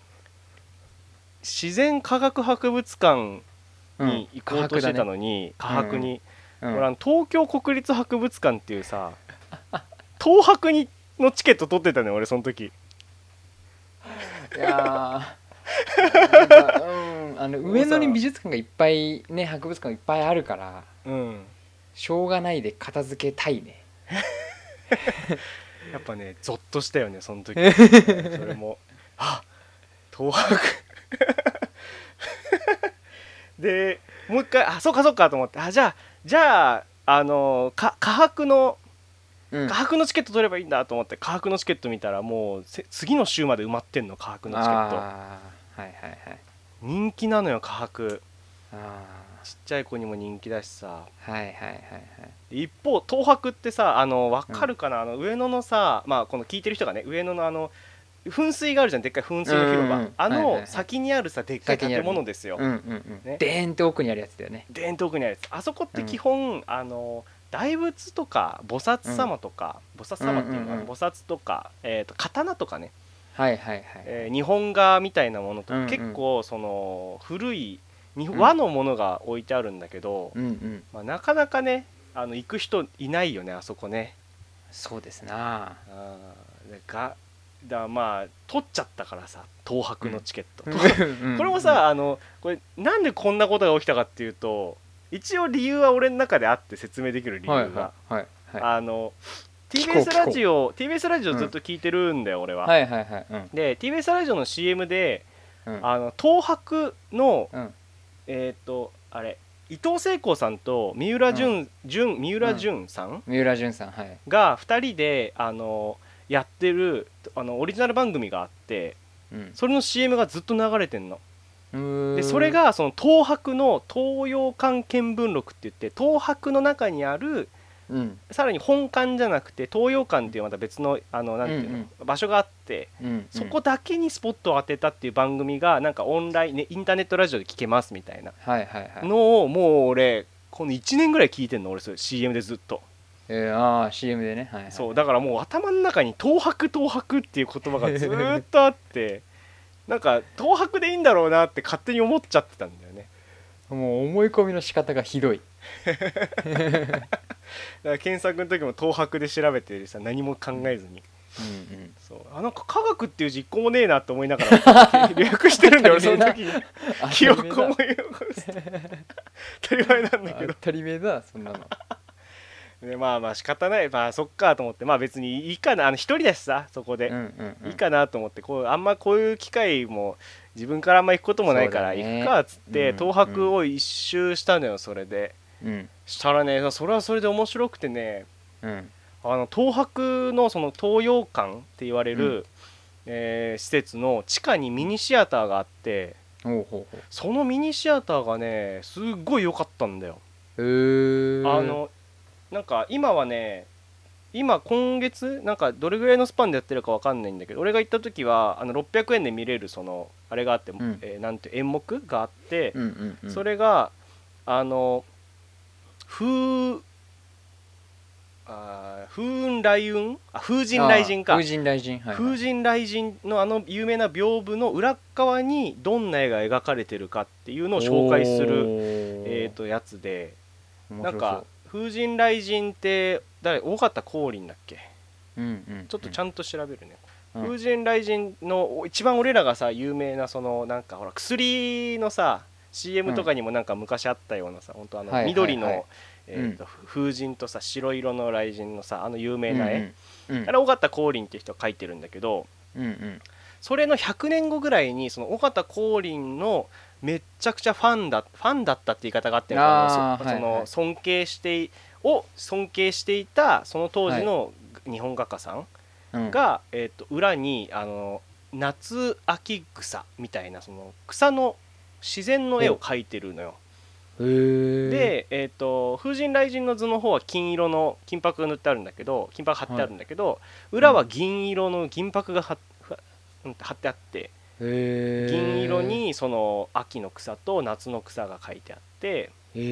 自然科学博物館うん。 に行こうとしてたのに、科うんうん博に、俺うん。 東京国立博物館っていうさ、東博のチケット取ってたね俺その時。 いやなんか、上野に美術館がいっぱいね、博物館がいっぱいあるからうん、 しょうがないで片付けたいね。 やっぱねゾッとしたよねその時、それもあ、東博でもう一回そうかそうかと思って、じゃあうん。 科博のチケット取ればいいんだと思って科博のチケット見たら、もう次の週まで埋まってんの科博のチケット。 ああ、はいはいはい。 人気なのよ科博、 あちっちゃい子にも人気だしさ。 あ、はいはいはいはい。 一方東博ってさ、分うん。 かるかな、上野のさ、まあこの聞いてる人がね、上野の噴水があるじゃん、でっかい噴うん水の広場、 うんうん。はいはいはい。 先にあるさでっかい建先にあるね。 物ですようんうんうん。 ね。 でーんって奥にあるやつだよね。 伝統区にあるやつ、あそこって基うん。 本大仏とか菩薩うん。 様とか、菩薩うんうん様っていうのかな、 うん。 菩薩とか、刀とかね、 はいはいはいはい。 日本画みたいなものとか、 うんうん。 結構古いうん。 和のものが置いてあるんだけど、 うんうん。 まあ、なかなかね行く人いないよねあそこね。 そうですな。 あまあ取っちゃったからさ東うん。 博のチケットうんとこれもうん。 さこれなんでこんなことが起きたかっていうと、一応理由は俺の中であって、説明できる理はい由が、 はいはいはい。 あの聞こう聞こ TBS ラジオう。うん。 ずっと聞いてるんだよ俺は。 はいはいはい。うん。 で TBS ラジオの CM でうん。 東博のうん。 あれ伊藤聖子さんとうん。 三浦うん。 淳さん三浦淳さん、はい。 が2人でやってるオリジナル番組があって、 うん。 それの CM がずっと流れてんの。 うでそれー。 がその東博の東洋館見聞録って言って、東博の中にあるうん。 さらに本館じゃなくて東洋館っていうまた別のなんていうのうんうん場所があって、 うんうん。 そこだけにスポットを当てたっていう番組がなんかオンライン、ね、インターネットラジオで聞けますみたいなはいはいはい。 のを、もう俺この1年ぐらい聞いてんの俺、それ CM でずっと。 ああ、CM でね。はいはいはい。 そうだからもう頭の中に東博東博っていう言葉がずっとあって、なんか東博でいいんだろうなって勝手に思っちゃってたんだよね。 もう思い込みの仕方がひどい。 だから検索の時も東博で調べてさ、何も考うんえずに、 うんうん。 そうなんか科学っていう実行もねえなって思いながら略してるんだよ俺そ当たり前だ。 の時に。 当記たり前だ。 憶思い起こして当たり前なんだけど。 当たり前だ、そんなの。 でまあまあ仕方ない、まあそっかと思って、まあ別にいいかな、一人だしさそこでうんうんうん。 いいかなと思って、あんまこういう機会も自分からあんま行くこともなそうだいから行くね。 かっつっうんて東うん博を一周したのよそれで。 うん。 したらね、それはそれで面白くてね、 うん。 東博のその東洋館って言われうん。 る、施設の地下にミニシアターがあって、 ほうほうほそのミニシアターがねすっごい良かったんだよ。 う。へえ。 なんか今はね、今月なんかどれぐらいのスパンでやってるかわかんないんだけど、俺が行った時は600円で見れるそのあれがあって、 うん。 なんて演目があって、 うんうんうん。 それがあの風風雲雷雲風神雷ああ、 神か。 風神雷神。はいはいはい。 風神雷神の有名な屏風の裏側にどんな絵が描かれてるかっていうのを紹介する、 おー。 やつで、なんか面白そ風神雷神って大方光琳だっけ。 う。うんうんうん。 ちょっとちゃんと調べるね。 うん。 風神雷神の一番俺らがさ有名なそのなんかほら薬のさ CM とかにもなんか昔あったようなさ、本当はいはいはい緑の、 うん風神とさ白色の雷神のさ有名な絵、 うんうんあれ尾形光琳っていう人が描いてるんだけど、 うんうんそれの100年後ぐらいにその尾形光琳のめっちゃくちゃファンだったって言い方があってるからその尊敬していたその当時の日本画家さんが、裏に夏秋草みたいなその草の自然の絵を描いてるのよ。で、風神雷神の図の方は金色の金箔が塗ってあるんだけど、金箔貼ってあるんだけど、裏は銀色の銀箔が貼ってあって、銀色にその秋の草と夏の草が書いてあって、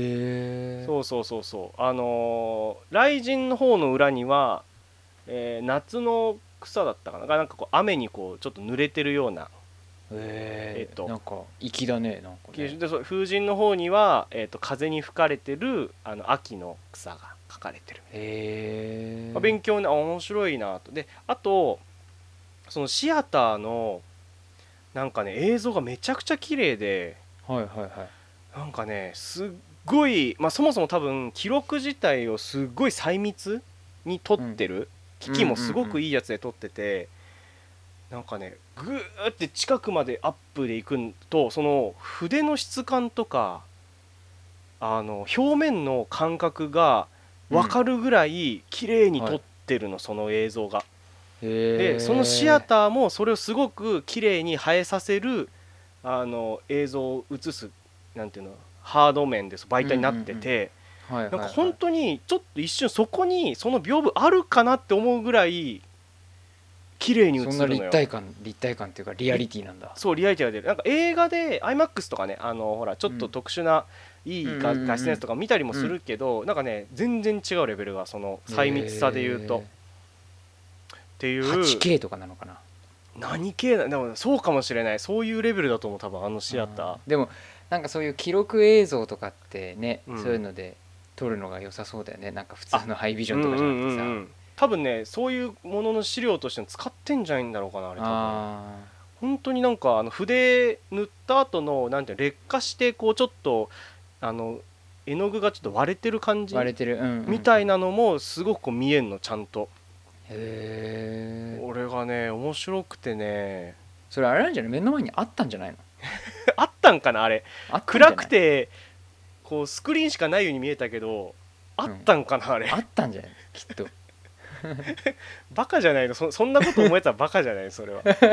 そう雷神の方の裏には、夏の草だったかな、なんかこう雨にこうちょっと濡れてるような、 なんか粋だね、なんかね。 で風神の方には、風に吹かれてる秋の草が描かれてる。勉強ね、面白いなと。であとそのシアターのなんかね映像がめちゃくちゃ綺麗で、なんかねすっごい、そもそも多分記録自体をすっごい細密に撮ってる、機器もすごくいいやつで撮ってて、なんかねグーって近くまでアップでいくとその筆の質感とか表面の感覚が分かるぐらい綺麗に撮ってるの、その映像が。でそのシアターもそれをすごく綺麗に映えさせる映像を映すなんていうのハード面で媒体になってて、なんか本当にちょっと一瞬そこにその屏風あるかなって思うぐらい綺麗に映るのよ。 そんな立体感っていうかリアリティなんだ。 そうリアリティが出る。なんか映画で IMAX とかねほらちょっと特殊ないい画質のやつとか見たりもするけど、なんかね全然違うレベルがその細密さでいうと。っていう 8K とかなのかな。 何系なでもそうかもしれない。そういうレベルだと思う多分シアター。 でもなんかそういう記録映像とかってね、そういうので撮るのが良さそうだよね。なんか普通のハイビジョンとかじゃなくてさ、 多分ねそういうものの資料として使ってんじゃないんだろうかなあれ。多分本当になんか筆塗った後のなんていうの劣化してこうちょっと絵の具がちょっと割れてる感じみたいなのもすごくこう見えんのちゃんと。俺がね面白くてね。 それあれなんじゃない、目の前にあったんじゃないのあったんかなあれ。暗くてこうスクリーンしかないように見えたけどあったんかなあれ。 あったんじゃないきっとバカじゃないの。そんなこと思えたらバカじゃないそれは。だ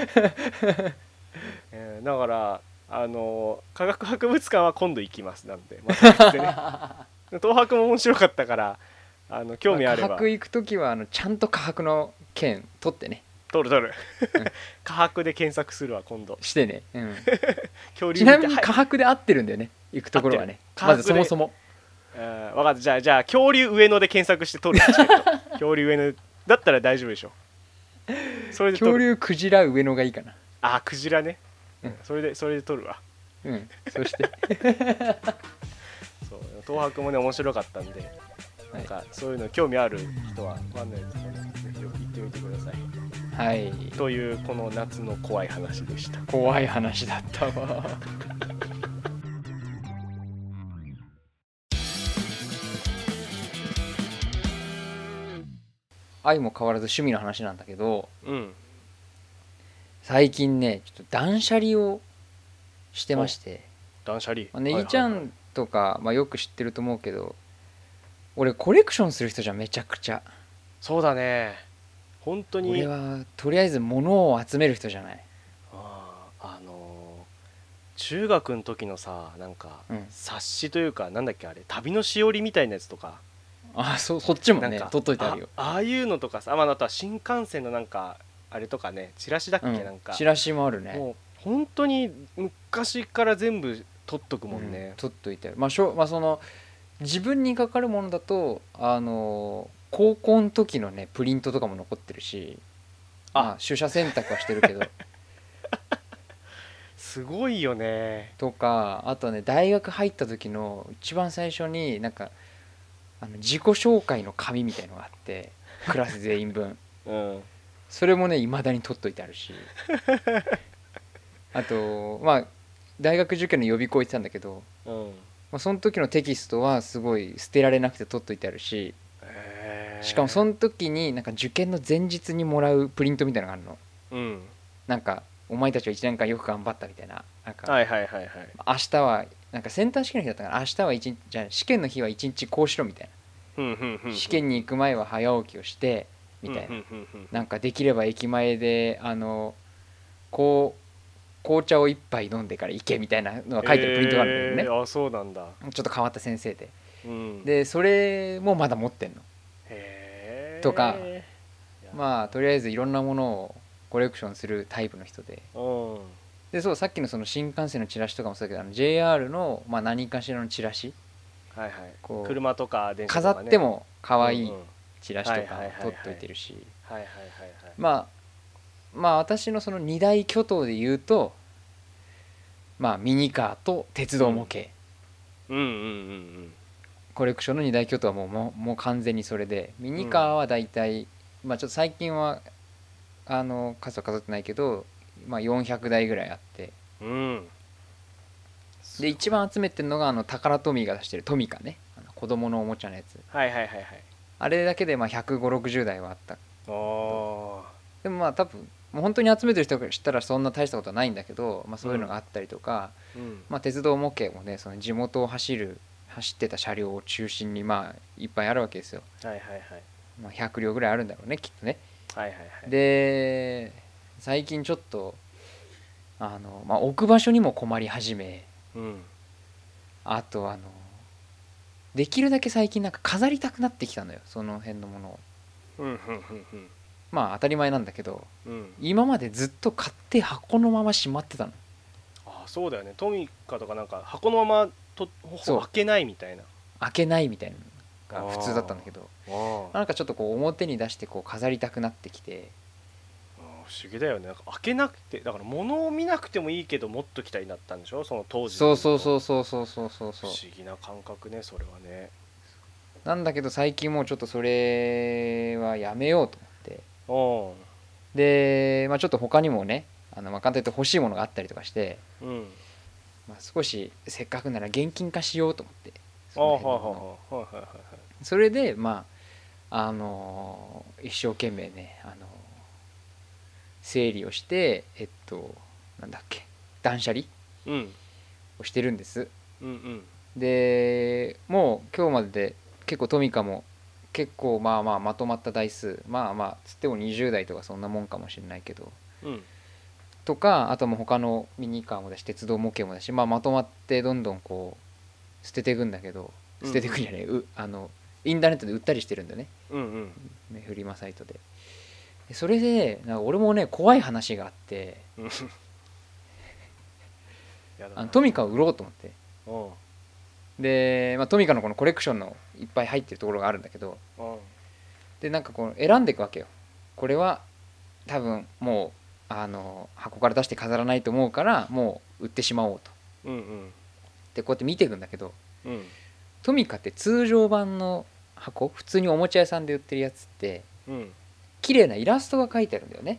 から科学博物館は今度行きます。なんでまた来てね東博も面白かったから興味あれば。 科博行く時はちゃんと科博の券取ってね。 取る科博で検索するわ今度してね、 恐竜ちなみに科博で合ってるんだよね、行くところはね。まずそもそも分かった。じゃあ恐竜上野で検索して取る恐竜上野だったら大丈夫でしょ。それで恐竜クジラ上野がいいかな。 クジラね、それで取るわ。 そしてそう東博もね面白かったんで、なんかそういうの興味ある人はワンナイトもねぜひ行ってみてください。 はい、 というこの夏の怖い話でした。 怖い話だったわ愛も変わらず趣味の話なんだけど、最近ねちょっと断捨離をしてまして。 断捨離、 ねぎちゃんとか、よく知ってると思うけど、俺コレクションする人じゃん、めちゃくちゃ。 そうだね本当に。 俺はとりあえず物を集める人じゃない。 中学の時のさなんか、冊子というかなんだっけあれ旅のしおりみたいなやつとか。 そっちもね取っといてあるよ。 ああいうのとかさ、あとは新幹線のなんかあれとかね、チラシだっけ、なんかチラシもあるね。 もう本当に昔から全部取っとくもんね。 取っといてある。その自分にかかるものだと高校の時のねプリントとかも残ってるし、取捨選択はしてるけどすごいよね。 とか、あとね大学入った時の一番最初になんか自己紹介の紙みたいのがあってクラス全員分、それもね未だに取っといてあるしあと大学受験の予備校行ってたんだけど、 うんその時のテキストはすごい捨てられなくて取っといてあるし、しかもその時になんか受験の前日にもらうプリントみたいなのがあるの。 うんなんかお前たちは1年間よく頑張ったみたいな、なんかはいはいはいはい明日はなんかセンター試験の日だったから、明日は一日じゃあ試験の日は1日こうしろみたいな、試験に行く前は早起きをしてみたいな、なんかできれば駅前でこう紅茶を一杯飲んでから行けみたいなのが書いてるプリントがあるんだけどね、 あ、そうなんだ。 ちょっと変わった先生で、 うんでそれもまだ持ってんのとか、まあとりあえずいろんなものをコレクションするタイプの人で、でそうさっきのその新幹線のチラシとかもそうだけど、JR のまあ何かしらのチラシ、 はいはい、 こう車とか電車とか、ね、 飾っても可愛いチラシとか取っといてるし、まあ私のその二大巨頭で言うと、まあミニカーと鉄道模型、コレクションの二大巨頭はもう完全にそれで、ミニカーはだいたいまあちょっと最近は数は数えてないけど、まあ400台ぐらいあって、で一番集めてるのがタカラトミーが出してるトミカね、子供のおもちゃのやつ、あれだけでまあ15060台はあった。でもまあ多分もう本当に集めてる人が知ったらそんな大したことはないんだけど、まあ、そういうのがあったりとか、まあ、鉄道模型もね、その地元を走ってた車両を中心にまあいっぱいあるわけですよ。まあ、100両ぐらいあるんだろうね、きっとね。で最近ちょっとまあ、置く場所にも困り始め、あとできるだけ最近なんか飾りたくなってきたのよ、その辺のものを。まあ当たり前なんだけど、今までずっと買って箱のまましまってたの。 あ、そうだよね。トミカとかなんか箱のまま開けないみたいな、 開けないみたいなのが普通だったんだけど、なんかちょっとこう表に出してこう飾りたくなってきて。 不思議だよね。なんか開けなくて、だから物を見なくてもいいけど持っときたいになったんでしょ、その当時。 そう不思議な感覚ね、それはね。 なんだけど最近もうちょっとそれはやめようと思って、で、まあ、ちょっと他にもね、まあ簡単に言うと欲しいものがあったりとかして、まあ、少しせっかくなら現金化しようと思って、それでまあ一生懸命ね整理をしてなんだっけ、断捨離をしてるんです。でもう今日までで結構トミカも結構まあまあまとまった台数、まあまあつっても20台とかそんなもんかもしれないけど、とか、あとも他のミニカーもだし鉄道模型もだし、まあ、まとまってどんどんこう捨てていくんだけど、捨てていくんじゃない、インターネットで売ったりしてるんだよね、フリマサイトで。それでなんか俺もね怖い話があってトミカを売ろうと思って、で、まあ、トミカのこのコレクションのいっぱい入ってるところがあるんだけど、でなんかこう選んでいくわけよ。これは多分もう箱から出して飾らないと思うからもう売ってしまおうと、でこうやって見ていくんだけど、トミカって通常版の箱、普通におもちゃ屋さんで売ってるやつって、綺麗なイラストが描いてあるんだよね。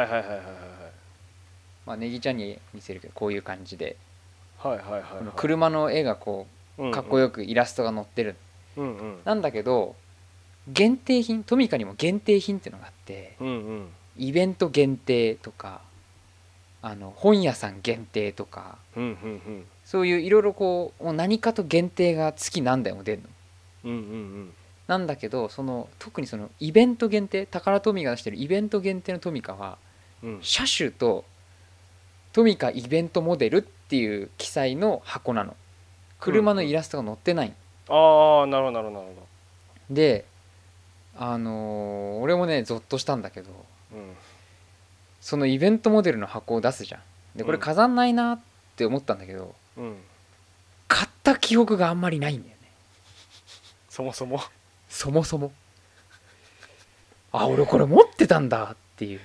まあネギちゃんに見せるけどこういう感じで、車の絵がこうかっこよくイラストが載ってる、なんだけど限定品、トミカにも限定品っていうのがあって、イベント限定とか本屋さん限定とか、そういういろいろこうもう何かと限定が月何台も出るの。なんだけど特にそのイベント限定、タカラトミカが出してるイベント限定のトミカは、車種とトミカイベントモデルっていう記載の箱なの。車のイラストが載ってない。 ああ、なるほどなるほど。 で俺もねゾッとしたんだけど、そのイベントモデルの箱を出すじゃん。でこれ飾んないなって思ったんだけど、買った記憶があんまりないんだよね。そもそもあ、俺これ持ってたんだっていう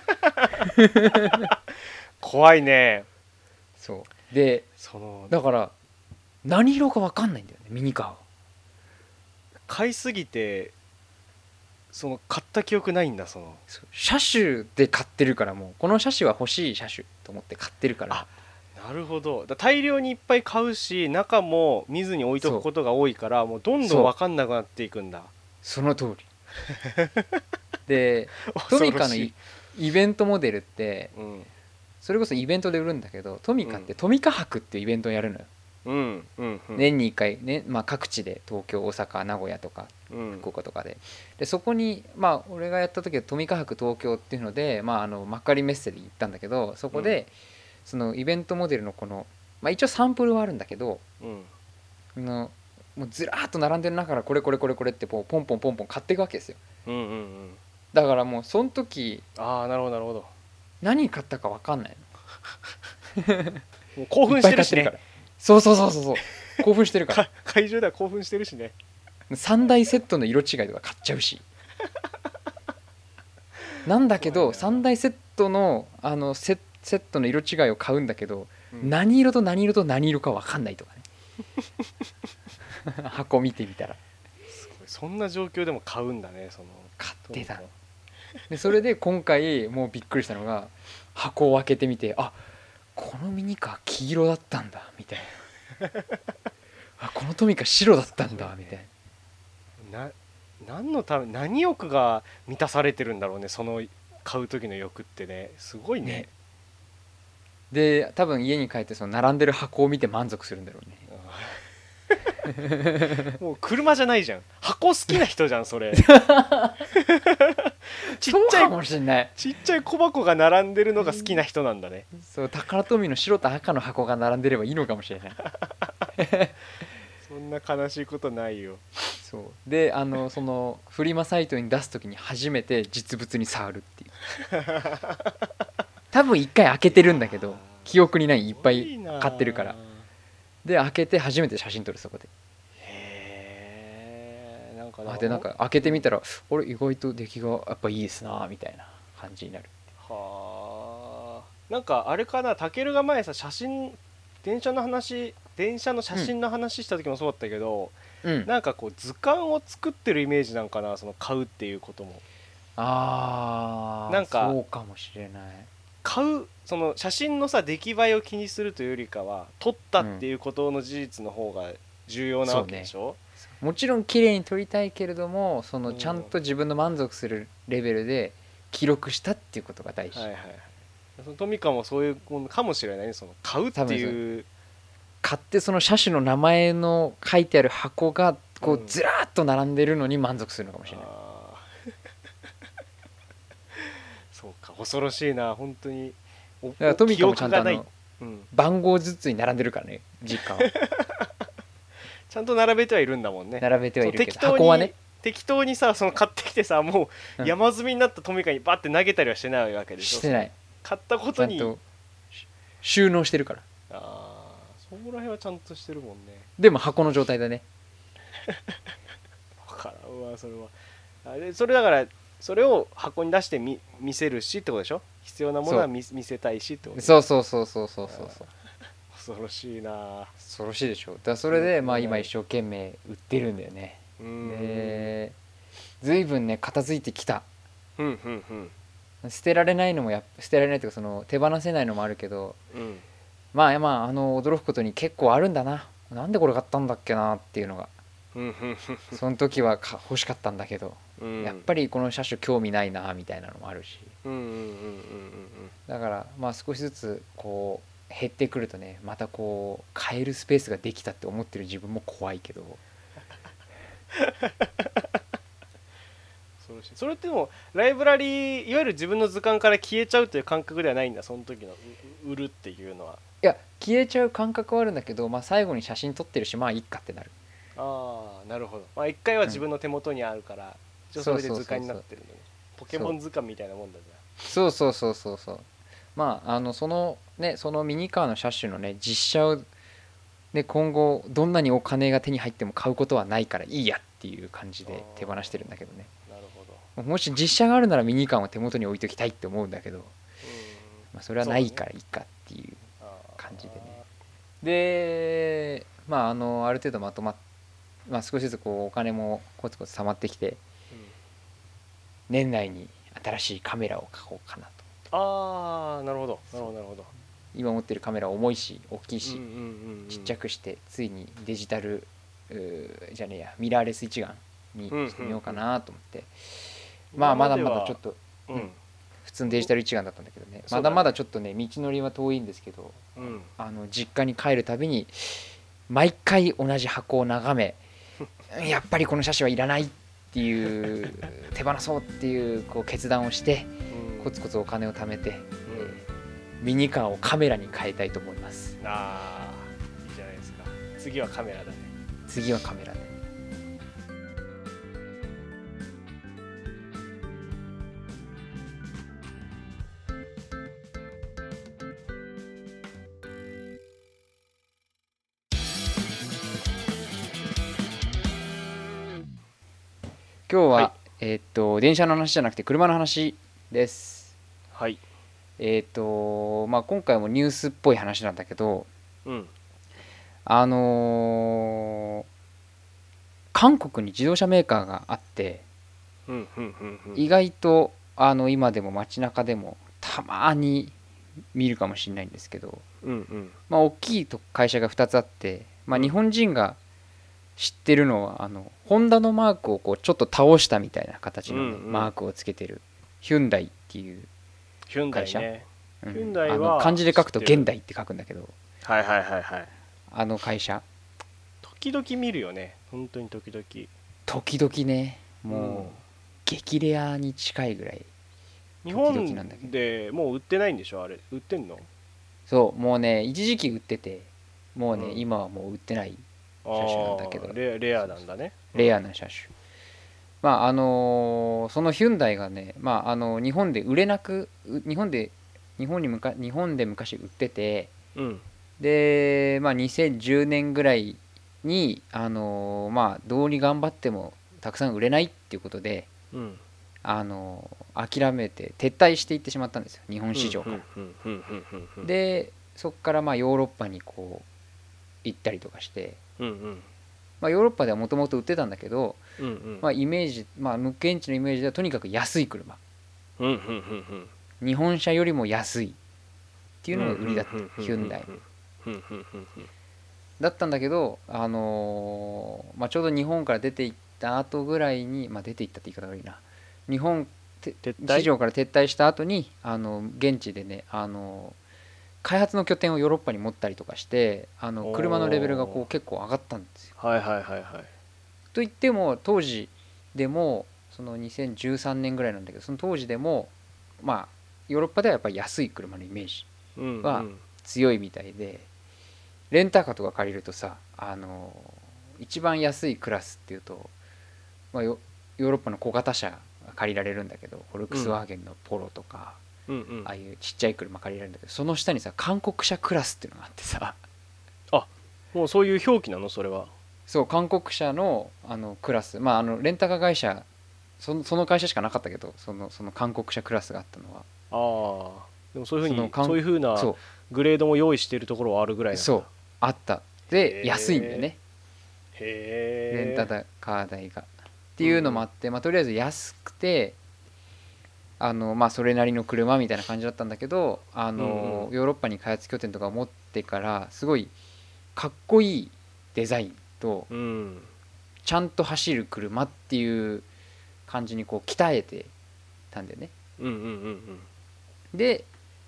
怖いね。 そうでだから何色か分かんないんだよね、ミニカーは。 買いすぎて買った記憶ないんだ。 車種で買ってるから、もうこの車種は欲しい車種と思って買ってるから。 なるほど。大量にいっぱい買うし中も見ずに置いとくことが多いからもうどんどん分かんなくなっていくんだ。 その通りでト恐ミカのろしい。 イベントモデルってうんそれこそイベントで売るんだけど、トミカってトミカ博っていうイベントをやるのよ。 うんうんうん年に1回ね、まあ、各地で東京大阪名古屋とかうん福岡とかでそこにまあ俺がやった時はトミカ博東京っていうので、まあ、幕張メッセで行ったんだけど、そこでそのイベントモデルのこの、まあ、一応サンプルはあるんだけど、もうずらーっと並んでる中からこれこれこれこれってポンポンポンポン買っていくわけですよ。 うんうんうんだからもうその時ああなるほどなるほど。 何買ったか分かんないもう興奮してるしね。 そうそうそうそうそう興奮してるから会場では興奮してるしね。 3大セットの色違いとか買っちゃうしなんだけど3大セットのセットの色違いを買うんだけど、何色と何色と何色か分かんないとかね箱見てみたらすごいそんな状況でも買うんだね。その買ってたでそれで今回もうびっくりしたのが箱を開けてみて、あ、このミニカー黄色だったんだみたいなあ、このトミカ白だったんだみたいな。 何のため何欲が満たされてるんだろうね、その買う時の欲ってね。すごいね。 で多分家に帰ってその並んでる箱を見て満足するんだろうねもう車じゃないじゃん、箱好きな人じゃんそれちっちゃいかもしんない。 ちっちゃい小箱が並んでるのが好きな人なんだね。 そう、タカラトミーの白と赤の箱が並んでればいいのかもしれないそんな悲しいことないよ。 そうでそのフリマサイトに出す時に初めて実物に触るっていう多分一回開けてるんだけど記憶にない、いっぱい買ってるから。で開けて初めて写真撮る、そこで。 へえ。なんかでなんか開けてみたら、俺意外と出来がやっぱいいですなみたいな感じになる。 はあ。なんかあれかな、たけるが前さ電車の写真の話した時もそうだったけど、なんかこう図鑑を作ってるイメージなんかな、その買うっていうことも。なんかそうかもしれない。 その写真のさ出来栄えを気にするというよりかは撮ったっていうことの事実の方が重要なわけでしょ。 もちろん綺麗に撮りたいけれども、そのちゃんと自分の満足するレベルで記録したっていうことが大事。はいはいはい。 そのトミカもそういうものかもしれないね、その買うっていう。 買ってその車種の名前の書いてある箱がこうずらーっと並んでるのに満足するのかもしれない。 そうか、恐ろしいな本当に。 だからトミカもちゃんと番号ずつに並んでるからね、実家はちゃんと並べてはいるんだもんね。 並べてはいるけど箱はね、 適当にさ、その買ってきてさ、もう山積みになったトミカにバッて投げたりはしてないわけでしょ。 してない。 買ったことにちゃんと収納してるから。 ああ、そこら辺はちゃんとしてるもんね。 でも箱の状態だね分からんわ、それは。それだからそれを箱に出して見せるしってことでしょ。必要なものは見せたいしってこと。 そう恐ろしいな。 恐ろしいでしょ。だからそれでまあ今一生懸命売ってるんだよね。で随分ね片付いてきた。捨てられないのも捨てられないというか、その手放せないのもあるけど、まあ驚くことに結構あるんだな。なんでこれ買ったんだっけなっていうのがその時は欲しかったんだけど、やっぱりこの車種興味ないなみたいなのもあるし、だからまあ少しずつこう減ってくるとね、またこう買えるスペースができたって思ってる自分も怖いけどそれってもライブラリー、いわゆる自分の図鑑から消えちゃうという感覚ではないんだ、その時の売るっていうのは。 いや消えちゃう感覚はあるんだけど、まあ、最後に写真撮ってるしまあいいかってなる。 ああなるほど。まあ一回は自分の手元にあるから、それで図鑑になってるのね。ポケモン図鑑みたいなもんだじゃん。そうまあそのミニカーの車種のね実車をね今後どんなにお金が手に入っても買うことはないからいいやっていう感じで手放してるんだけどね。なるほど。もし実車があるならミニカーを手元に置いときたいって思うんだけど、まあそれはないからいいかっていう感じでね。でまあある程度まあ少しずつこうお金もコツコツ溜まってきて、年内に新しいカメラを買おうかなと。 ああなるほどなるほどなるほど。 今持ってるカメラ重いし大きいし、 うんうんうんうん、 ちっちゃくしてついにデジタルじゃねえやミラーレス一眼にしてみようかなと思って、まあまだまだちょっと、 うん、 普通のデジタル一眼だったんだけどね、まだまだちょっとね道のりは遠いんですけど、 うん、 実家に帰るたびに毎回同じ箱を眺めやっぱりこの写真はいらないっていう手放そうっていうこう決断をして、コツコツお金を貯めて、ミニカーをカメラに変えたいと思います。 ああ、いいじゃないですか。次はカメラだね。 次はカメラで。今日は、はい、電車の話じゃなくて車の話です。 はい。 まあ今回もニュースっぽい話なんだけど、 うん、 韓国に自動車メーカーがあって、 うんうんうんうん、 意外と今でも街中でもたまに見るかもしれないんですけど、 うんうん、 まあ大きい会社が2つあって、まあ、日本人が知ってるのはホンダのマークをこうちょっと倒したみたいな形の、ね、マークをつけてるヒュンダイっていう会社、 ね、ヒュンダイは漢字で書くと現代って書くんだけど、 はいはいはいはい、 あの会社時々見るよね、本当に時 々ね、もう激レアに近いぐらい日本でもう売ってないんでしょ、あれ売ってんの？ そう、もうね一時期売ってて、もうね、今はもう売ってない車種なんだけど、 レアなんだね、 レアな車種。まあそのヒュンダイがね、まあ日本で売れなく日本で昔売ってて、でまあ2010年ぐらいにまあどうに頑張ってもたくさん売れないっていうことで、諦めて撤退していってしまったんですよ、日本市場から。でそこからまあヨーロッパにこう行ったりとかして、まあ、ヨーロッパではもともと売ってたんだけど、まあイメージ、まあ現地のイメージではとにかく安い車、日本車よりも安いっていうのが売りだった、ヒュンダイだったんだけど、まあ、ちょうど日本から出ていった後ぐらいに、まあ、出ていったって言い方がいいな、日本市場から撤退した後に現地でね開発の拠点をヨーロッパに持ったりとかして車のレベルがこう結構上がったんですよ。 はいはいはいはい。 といっても当時でもその2013年ぐらいなんだけど、その当時でもまあヨーロッパではやっぱり安い車のイメージは強いみたいで、レンタカーとか借りるとさ一番安いクラスっていうと、まあ、ヨーロッパの小型車借りられるんだけど、フォルクスワーゲンのポロとか、ああいうちっちゃい車借りられるんだけど、その下にさ韓国車クラスっていうのがあってさ、 あ、もうそういう表記なのそれは？ そう、韓国車のクラス、まあレンタカー会社その会社しかなかったけど、その韓国車クラスがあったのは、 ああ、でもそういうふうなグレードも用意しているところはあるぐらいなんだ。 そう、あったで安いんだよね、 レンタカー代がっていうのもあって、まあ、とりあえず安くてまあそれなりの車みたいな感じだったんだけど、ヨーロッパに開発拠点とかを持ってからすごいかっこいいデザインと、ちゃんと走る車っていう感じにこう鍛えてたんだよね。で、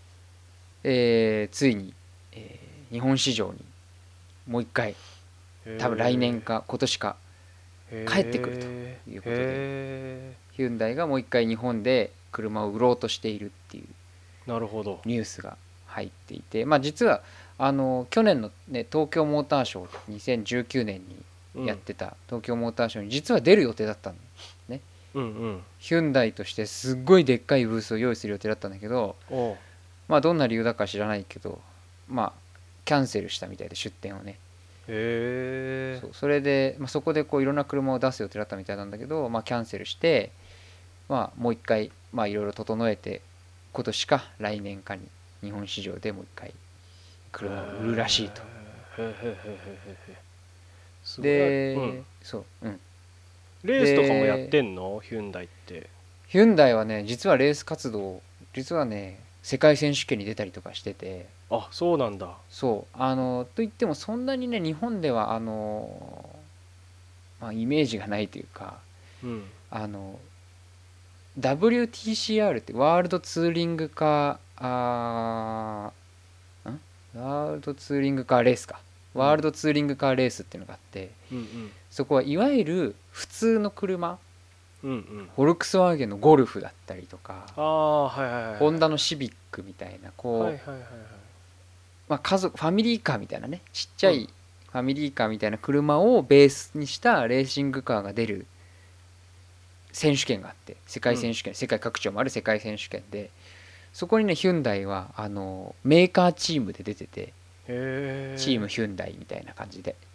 ついに、日本市場にもう一回多分来年か今年か帰ってくるということで、ヒュンダイがもう一回日本で車を売ろうとしているっていうニュースが入っていて、まあ実は去年の、ね、東京モーターショー2019年にやってた東京モーターショーに実は出る予定だったのね、ヒュンダイとしてすっごいでっかいブースを用意する予定だったんだけど、まあどんな理由だか知らないけど、まあキャンセルしたみたいで、出店をね。それで、まあ、そこでこういろんな車を出す予定だったみたいなんだけど、まあ、キャンセルして、まあ、もう一回まあいろいろ整えて今年か来年かに日本市場でもう一回車を売るらしいと。で、そう、 レースとかもやってんのヒュンダイって？ ヒュンダイはね実はレース活動実はね世界選手権に出たりとかしてて、 あ、そうなんだ。 そうといってもそんなにね日本ではまあ、イメージがないというか、 うん、 WTCR ってワールドツーリングカーワールドツーリングカーレースか、ワールドツーリングカーレースっていうのがあって、 うんうんそこはいわゆる普通の車、 うんうん、 フォルクスワーゲンのゴルフだったりとか、 ああ、はいはいはい、 ホンダのシビックみたいなこう、 はいはいはいはい、 まあ、家族ファミリーカーみたいなね、ちっちゃいファミリーカーみたいな車をベースにしたレーシングカーが出る選手権があって、世界選手権、世界各地を回る世界選手権で、そこにねヒュンダイはメーカーチームで出てて、チームヒュンダイみたいな感じで、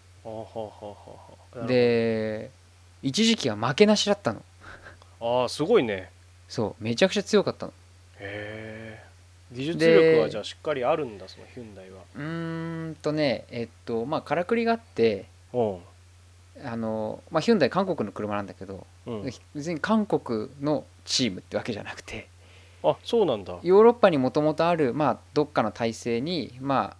で一時期は負けなしだったの。 ああ、すごいね。 そう、めちゃくちゃ強かったの。 へえ。技術力はじゃあしっかりあるんだ、そのヒュンダイは。 まあからくりがあって、 うん、 まあ、ヒュンダイ韓国の車なんだけど、 うん、 別に韓国のチームってわけじゃなくて、 あ、そうなんだ。 ヨーロッパにもともとある、まあ、どっかの体制に、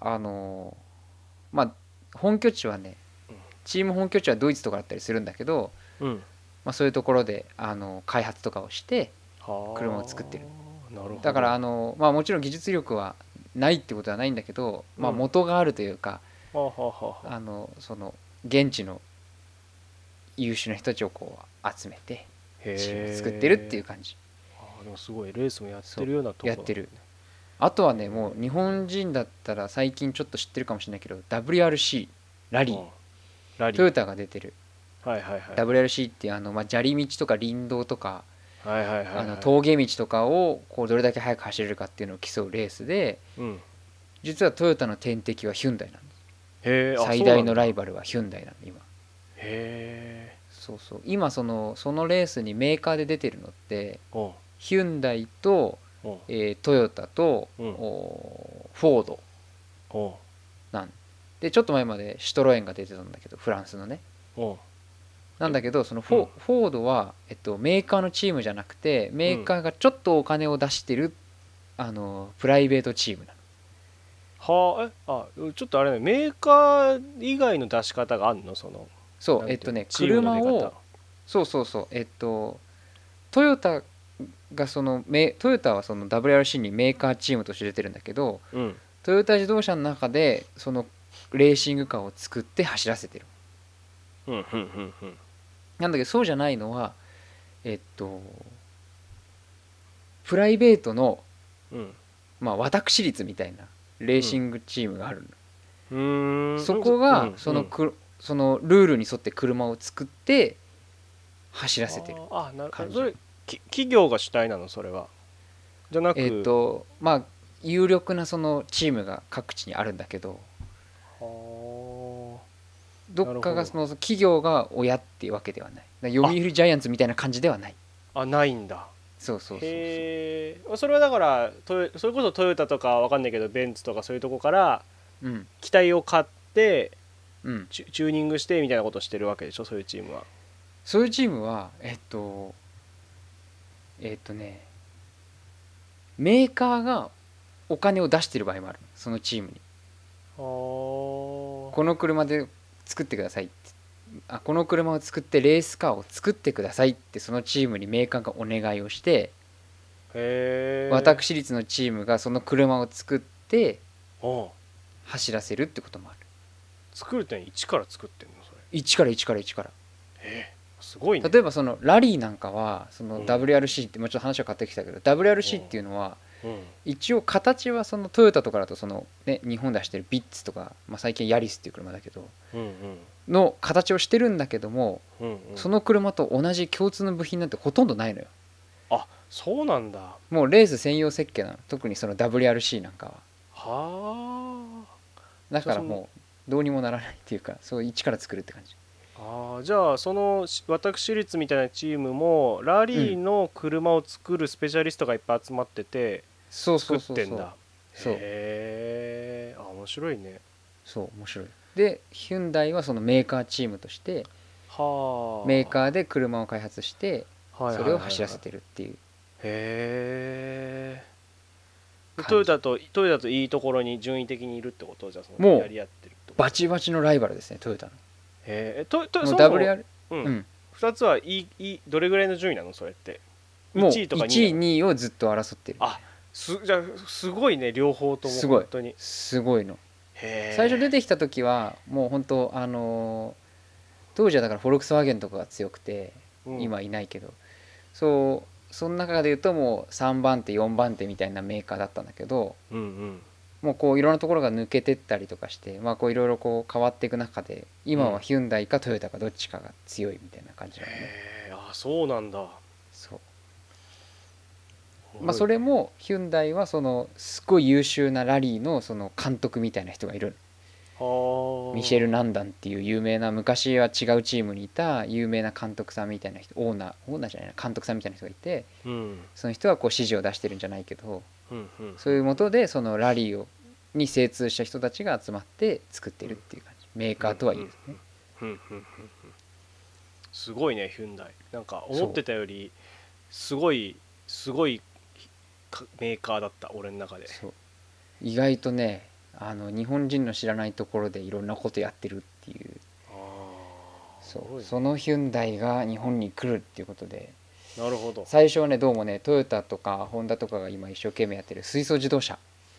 まあ、本拠地はね、チーム本拠地はドイツとかだったりするんだけど、 うん、 まあ、そういうところで開発とかをして車を作ってる。 なるほど。 だからまあ、もちろん技術力はないってことはないんだけど、まあ、元があるというか、その現地の優秀な人たちをこう集めてチームを作ってるっていう感じ。 でもすごいレースもやってるようなところ、ね、 やってる。あとはね、もう日本人だったら最近ちょっと知ってるかもしれないけど WRC ラリー、トヨタが出てる、 はいはいはい、 WRC っていうまあ、砂利道とか林道とか、 はいはいはいはい、 峠道とかをこうどれだけ速く走れるかっていうのを競うレースで、 うん、 実はトヨタの天敵はヒュンダイなんです。 へー、 最大のライバルはヒュンダイなの今。 へー、 そうそう、今そのレースにメーカーで出てるのってヒュンダイと、トヨタと、フォードなんで、ちょっと前までシトロエンが出てたんだけど、フランスのね。なんだけどそのフォードは、メーカーのチームじゃなくて、メーカーがちょっとお金を出してる、プライベートチームなの。 はあ、ちょっとあれね、メーカー以外の出し方があるの？そのそう、車を、そうそうそう、トヨタがトヨタはその WRC にメーカーチームとして出てるんだけど、 うん、 トヨタ自動車の中でそのレーシングカーを作って走らせてる。なんだけどそうじゃないのはプライベートの、まあ私立みたいなレーシングチームがあるの。そこがそのルールに沿って車を作って走らせてる感じ。 それ企業が主体なの？それはじゃなく、 まあ有力なそのチームが各地にあるんだけど、どっかがその企業が親っていうわけではない。読売ジャイアンツみたいな感じではない。 あ、ないんだ。 そうそうそうそう。 へえ。それはだからそれこそトヨタとかわかんないけどベンツとかそういうとこから機体を買って、チューニングしてみたいなことをしてるわけでしょ、そういうチームは。 そういうチームはメーカーがお金を出してる場合もある、そのチームに。この車で作ってくださいって、この車を作ってレースカーを作ってくださいってそのチームにメーカーがお願いをして、私立のチームがその車を作って走らせるってこともある。 作るって一から作ってんの？それ一から一から一から。 すごいね。 例えばそのラリーなんかはその WRC ってもうちょっと話は変わってきたけど、WRC っていうのは一応形はそのトヨタとかだとその、ね、日本で走ってるビッツとか、まあ、最近ヤリスっていう車だけど、の形をしてるんだけども、その車と同じ共通の部品なんてほとんどないのよ。 あ、そうなんだ。 もうレース専用設計なの、特にその WRC なんかは。 はあ。 だからもうどうにもならないっていうか、そう一から作るって感じ。 じゃあその私立みたいなチームもラリーの車を作るスペシャリストがいっぱい集まってて作ってんだ。へえ、面白いね。 そう面白い。でヒュンダイはそのメーカーチームとしてメーカーで車を開発してそれを走らせてるっていう。 へえ。 トヨタといいところに順位的にいるってこと？じゃあそのもうやり合ってるってこと？ バチバチのライバルですねトヨタの。もうそもそも WR、 うん、2つどれぐらいの順位なのそれって？ もう 1位とか 1位 2位？ 2位をずっと争ってる。 じゃあすごいね、両方ともすごい本当に。 すごいの。 へ最初出てきた時はもう本当当時はだからフォルクスワーゲンとかが強くて、今いないけど、その中で言うともう3番手4番手みたいなメーカーだったんだけど、もうこういろんなところが抜けてったりとかして、まあこういろいろこう変わっていく中で今はヒュンダイかトヨタかどっちかが強いみたいな感じなのね。 そうなんだ。 そう、まあそれもヒュンダイはそのすごい優秀なラリーのその監督みたいな人がいる。ミシェル・ナンダンっていう有名な、昔は違うチームにいた有名な監督さんみたいな人、オーナーじゃないな、監督さんみたいな人がいて、その人はこう指示を出してるんじゃないけど、そういうもとでそのラリーに精通した人たちが集まって作ってるっていう感じ、メーカーとはいえですね。 すごいねヒュンダイ。なんか思ってたよりすごいメーカーだった、俺の中で。 そう、意外とね、日本人の知らないところでいろんなことやってるっていう。そのヒュンダイが日本に来るっていうことで。 なるほど。 最初はね、どうもね、トヨタとかホンダとかが今一生懸命やってる水素自動車、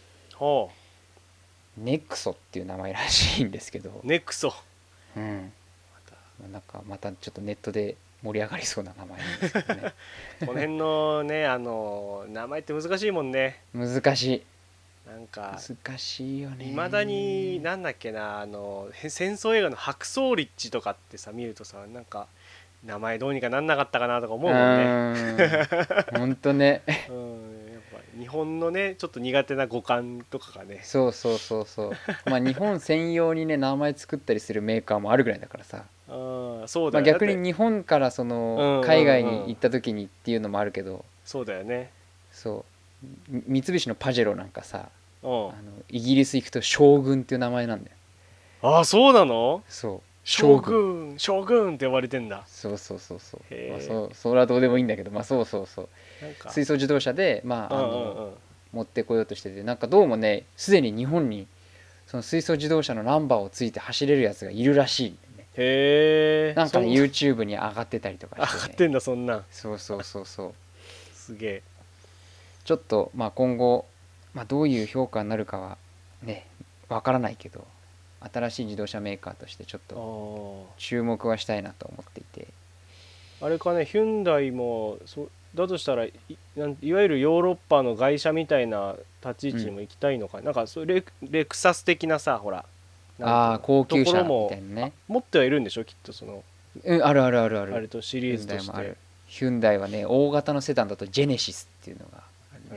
ネクソっていう名前らしいんですけど。 ネクソ、 なんかまたちょっとネットで盛り上がりそうな名前なんですけどねこの辺のね名前って難しいもんね。 難しい、 なんか難しいよね。 いまだになんだっけな、戦争映画の白装リッチとかってさ見るとさ、なんか名前どうにかなんなかったかなとか思うもんね。 ほんとねやっぱ日本のねちょっと苦手な語感とかがね。 そうまあ日本専用にね名前作ったりするメーカーもあるぐらいだからさ。 そうだよ、 逆に日本からその海外に行った時にっていうのもあるけど、 そうだよね。 そう三菱のパジェロなんかさ、イギリス行くと将軍っていう名前なんだよ。 そうなの？ そう将軍って呼ばれてんだ。 そう、それはどうでもいいんだけど、まあそうなんか水素自動車で持ってこようとしてて、なんかどうもねすでに日本にその水素自動車のナンバーをついて走れるやつがいるらしい。なんかね YouTube に上がってたりとかして、 上がってんだそんなん。 そうすげえ。 ちょっとまあ今後、どういう評価になるかはねわからないけど、新しい自動車メーカーとしてちょっと注目はしたいなと思っていて。 あれかね、ヒュンダイもだとしたらいわゆるヨーロッパの外車みたいな立ち位置にも行きたいのか、なんかそれレクサス的なさ、ほら高級車みたいなね、 持ってはいるんでしょきっと。そのあるあれとシリーズとして。 ヒュンダイはね大型のセダンだとジェネシスっていうのがあ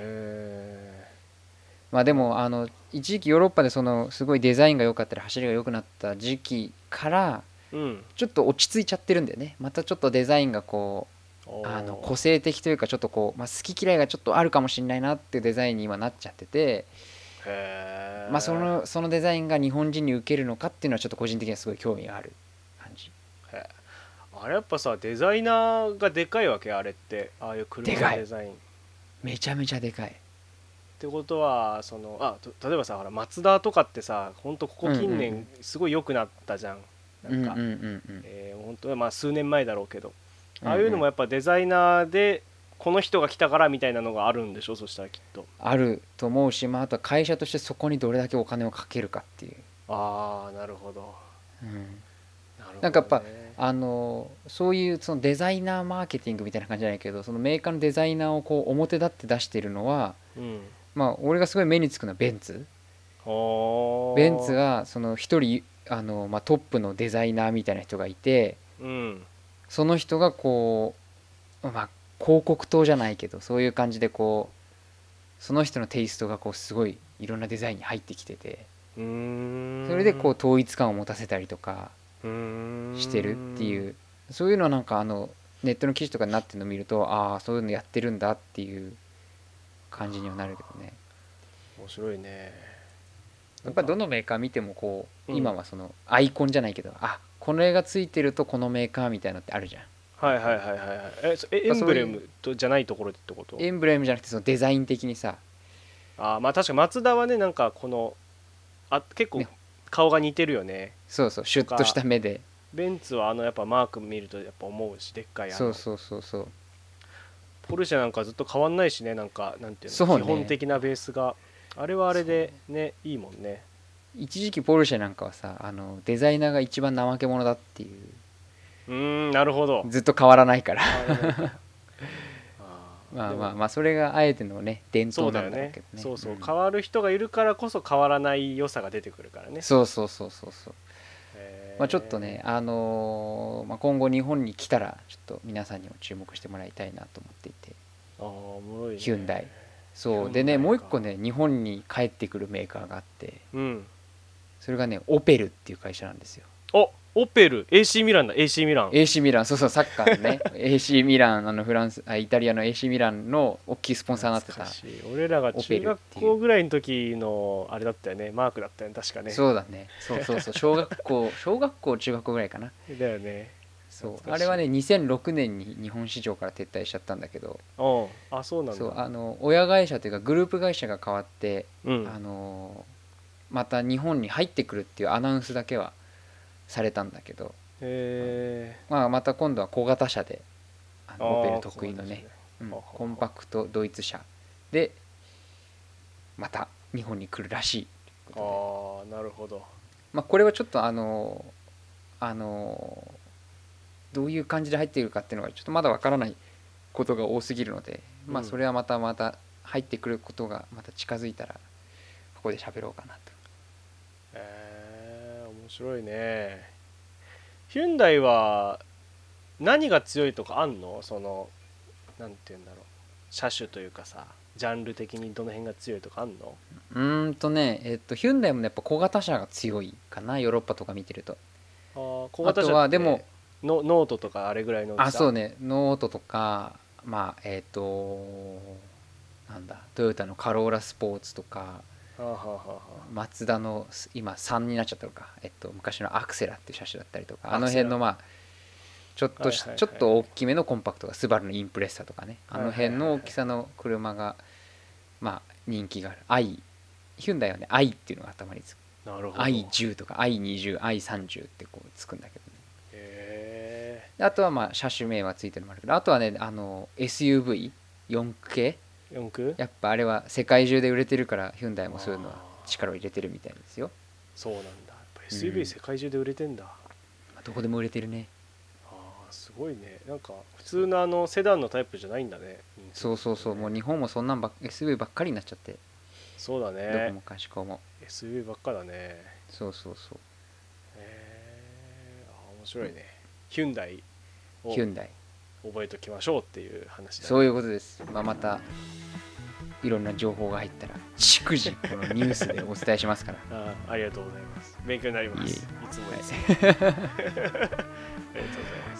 る。でも一時期ヨーロッパでそのすごいデザインが良かったり走りが良くなった時期からちょっと落ち着いちゃってるんだよね。またちょっとデザインがこう個性的というか、ちょっとこう、好き嫌いがちょっとあるかもしれないなっていうデザインに今なっちゃってて、そのデザインが日本人に受けるのかっていうのはちょっと個人的にはすごい興味がある感じ。 あれやっぱさデザイナーがでかいわけ？あれってああいう車のデザインめちゃめちゃでかい。 ってことは例えばさ、ほらマツダとかってさ、ほんとここ近年すごい良くなったじゃん。なんか本当数年前だろうけど、ああいうのもやっぱデザイナーでこの人が来たからみたいなのがあるんでしょ？そしたらきっとあると思うし、あとは会社としてそこにどれだけお金をかけるかっていう。 なるほど。 なんかやっぱそういうそのデザイナーマーケティングみたいな感じじゃないけど、そのメーカーのデザイナーをこう表立って出しているのは、俺がすごい目につくのはベンツ。ベンツがその一人トップのデザイナーみたいな人がいて、その人がこう広告塔じゃないけどそういう感じでこうその人のテイストがこうすごいいろんなデザインに入ってきてて、それでこう統一感を持たせたりとかしてるっていう、そういうのはなんかネットの記事とかになってるのを見ると、そういうのやってるんだっていう感じにはなるけどね。 面白いね。 やっぱりどのメーカー見てもこう、今はそのアイコンじゃないけど、この絵がついてるとこのメーカーみたいなのってあるじゃん。エンブレムじゃないところってこと？ エンブレムじゃなくてそのデザイン的にさ、 ああ、まあ確か松田はね、なんかこの結構ね顔が似てるよね。 そうそう、シュッとした目で。 ベンツはやっぱマーク見るとやっぱ思うし、でっかいそうそうそうそう。 ポルシェなんかずっと変わんないしね、なんかなんていうの、 そうね基本的なベースがあれはあれでね、いいもんね。 一時期ポルシェなんかはさ、デザイナーが一番怠け者だっていう、 なるほど。 ずっと変わらないから変わらないかまあまあでもまあ、それがあえてのね伝そうだよ統なんだろうけね。 どね。 そうそう、 ん変わる人がいるからこそ変わらない良さが出てくるからね。 そうそうそうそうそう。 へーまあちょっとね、まあ、今後日本に来たらちょっと皆さんにも注目してもらいたいなと思っていて、 おもろいね。 ヒュンダイ。そうヒュンダイかでね、もう一個ね、日本に帰ってくるメーカーがあって、 うん。 それがね、オペルっていう会社なんですよ。 オペル AC ミランだ。 AC ミラン。 AC ミラン、そうそう、サッカーのねAC ミラン、イタリアの AC ミランの大きいスポンサーになってた。 懐かしい。俺らが中学校ぐらいの時のあれだったよね、マークだったよね、確かね。 そうだね、そうそうそう、小学校中学校ぐらいかな。 だよね。 そう懐かしい。 あれはね、2006年に日本市場から撤退しちゃったんだけど、 そうなんだ。 そう親会社というかグループ会社が変わって、 うん。 また日本に入ってくるっていうアナウンスだけはされたんだけど、まあ、また今度は小型車でオペル得意のね、コンパクトドイツ車でまた日本に来るらしいというこなるほど。 とで、まあ、これはちょっとどういう感じで入っているかっていうのがちょっとまだわからないことが多すぎるので、まあそれはまた入ってくることがまた近づいたらここで喋ろうかなと。 面白いね。ヒュンダイは何が強いとかあんの？なんて言うんだろう、車種というかさ、ジャンル的にどの辺が強いとかあんの？ ヒュンダイもねやっぱ小型車が強いかな、ヨーロッパとか見てると。 小型あと車ってはでもノートとかあれぐらいの大きさ？ そうね、ノートとか、まあなんだ、トヨタのカローラスポーツとか、マツダの今3になっちゃったのか、昔のアクセラっていう車種だったりとか、あの辺のまあちょっと大きめのコンパクトがスバルのインプレッサとかね、あの辺の大きさの車がまあ人気がある。ヒュンダイはね i っていうのが頭につく。 なるほど。 i10 とか i20i30 ってこうつくんだけどね。 へあとはまあ車種名はついてるのもあるけど、あとはねSUV4 系、 四駆？ やっぱあれは世界中で売れてるからヒュンダイもそういうのは力を入れてるみたいですよ。 そうなんだ。やっぱ SUV 世界中で売れてんだ。 どこでも売れてるね。 すごいね。なんか普通のセダンのタイプじゃないんだね。 そうそうそう、もう日本もそんなんSUV ばっかりになっちゃって、 そうだね。 どこもかしこも SUV ばっかだね。 そうそうそう。 面白いね。ヒュンダイをヒュンダイ覚えておきましょうっていう話だね。 そういうことです。またいろんな情報が入ったら逐次このニュースでお伝えしますからありがとうございます。勉強になります。いつもです。ありがとうございます。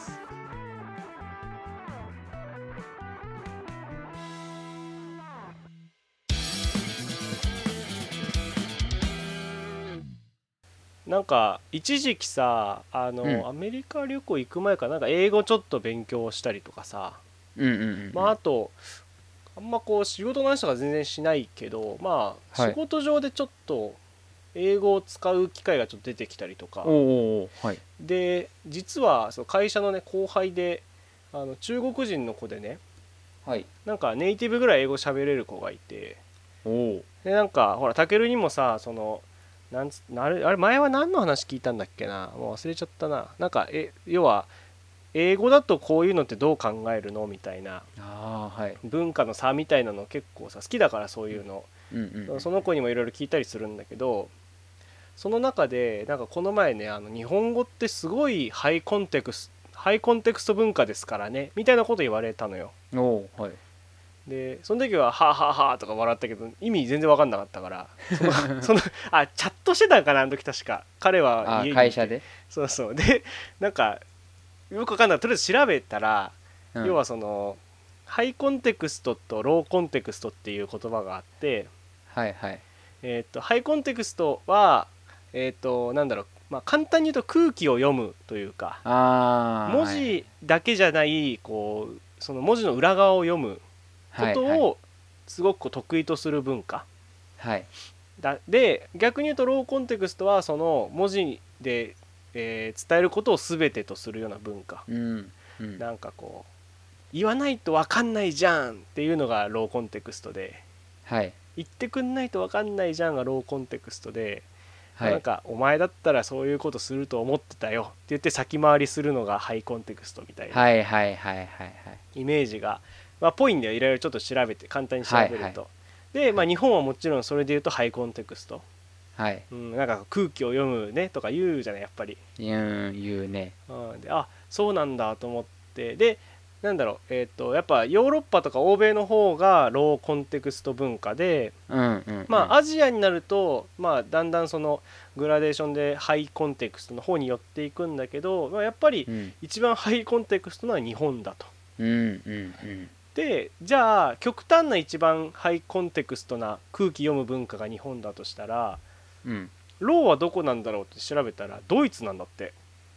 なんか一時期さ、アメリカ旅行行く前かなんか英語ちょっと勉強したりとかさ、まああとあんまこう仕事の話とか全然しないけど、まあ仕事上でちょっと英語を使う機会がちょっと出てきたりとか、で実はその会社のね後輩で中国人の子でね、なんかネイティブぐらい英語喋れる子がいて、でなんかほらタケルにもさ、あれ前は何の話聞いたんだっけな、もう忘れちゃったな。なんか要は英語だとこういうのってどう考えるのみたいな、文化の差みたいなの結構さ好きだから、そういうの、その子にもいろいろ聞いたりするんだけど、その中でなんかこの前ね、日本語ってすごいハイコンテクスト文化ですからねみたいなこと言われたのよ。でその時ははあはあはあとか笑ったけど意味全然分かんなかったから、チャットしてたんかな、あの時確か彼は会社で。 そうそうで、なんかよく分かんない、とりあえず調べたら、要はハイコンテクストとローコンテクストっていう言葉があって、ハイコンテクストはなんだろう、まあ、簡単に言うと空気を読むというか、文字だけじゃないこうその文字の裏側を読むことをすごく得意とする文化はい、 で逆に言うとローコンテクストはその文字で、伝えることを全てとするような文化、 うんうん、 なんかこう言わないと分かんないじゃんっていうのがローコンテクストで、 はい、 言ってくんないと分かんないじゃんがローコンテクストで、 はい、 なんかお前だったらそういうことすると思ってたよって言って先回りするのがハイコンテクストみたいなはいはいはいはいイメージが、まあ、ぽいんだよ。いろいろちょっと調べて簡単に調べると、 はいはいで、まあ、 はい日本はもちろんそれで言うとハイコンテクスト、 はい、 なんか空気を読むねとか言うじゃないやっぱり、 言うね。 でそうなんだと思って、でなんだろう、やっぱヨーロッパとか欧米の方がローコンテクスト文化で、 うんうんうん。 まあアジアになると、まあ、だんだんそのグラデーションでハイコンテクストの方に寄っていくんだけど、まあ、やっぱりうん一番ハイコンテクストのは日本だと。 うんうんうんでじゃあ極端な一番ハイコンテクストな空気読む文化が日本だとしたら、 うん。 ローはどこなんだろうって調べたらドイツなんだって。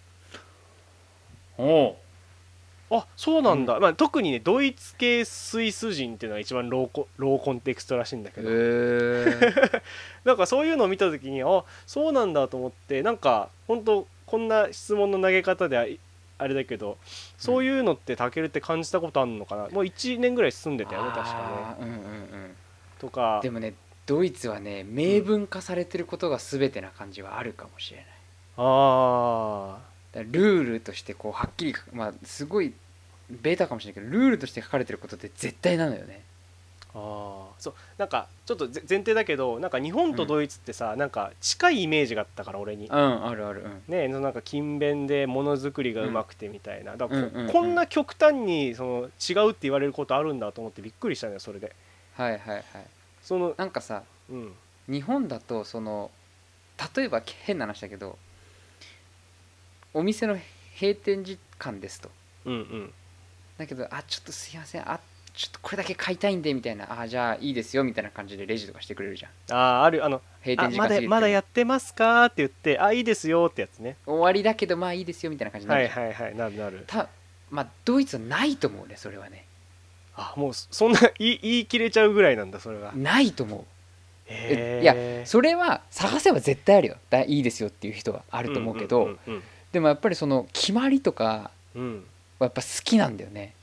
おそうなんだ、 うん。 まあ、特にねドイツ系スイス人っていうのが一番ローコンテクストらしいんだけど、 えなんかそういうのを見た時にそうなんだと思って、なんか本当こんな質問の投げ方であれだけど、そういうのってタケルって感じたことあるのかな。もう1年ぐらい住んでたよね確かね。 うんうんうん。 とかでもね、ドイツはね、明文化されてることが全てな感じはあるかもしれない。 あだからルールとしてこうはっきり、まあすごいベータかもしれないけど、ルールとして書かれてることって絶対なのよね。 そうなんかちょっと前提だけど、なんか日本とドイツってさ、なんか近いイメージがあったから俺にうん、あるある、うん。 ね、なんか勤勉でものづくりがうまくてみたいな、だからうんうんうん。 こんな極端にその違うって言われることあるんだと思ってびっくりしたのよそれで。 はいはいはい。 そのなんかさ、 うん日本だとその例えば変な話だけど、お店の閉店時間ですと。 うんうんだけど、ちょっとすいません、ちょっとこれだけ買いたいんでみたいな、じゃあいいですよみたいな感じでレジとかしてくれるじゃん。 ある閉店時間過ぎてもまだやってますかって言っていいですよってやつね。 終わりだけどまあいいですよみたいな感じになはるじゃん。 いはいはい、なるなる。 まあドイツはないと思うね、それはね。 もうそんな言い切れちゃうぐらいなんだそれが。 ないと思う。いや、 へそれは探せば絶対あるよ。いいですよっていう人はあると思うけど、 うんでもやっぱりその決まりとかうんうん、 はやっぱ好きなんだよね。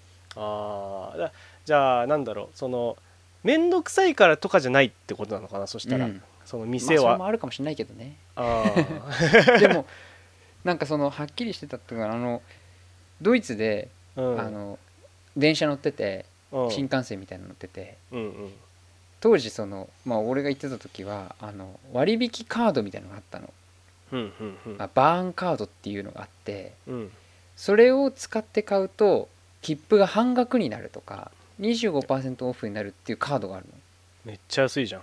じゃあなんだろう、その面倒くさいからとかじゃないってことなのかなそしたら、 うん、 そのまあそれ店は、 もあるかもしれないけどね。 あでもなんかそのはっきりしてたっていうか、ドイツで、 うん電車乗ってて、 うん新幹線みたいなの乗ってて、 うんうん当時その、まあ、俺が行ってた時は割引カードみたいなのがあったの、 うんうんうんバーンカードっていうのがあって、 うんそれを使って買うと切符が半額になるとか 25% オフになるっていうカードがあるの。 めっちゃ安いじゃん。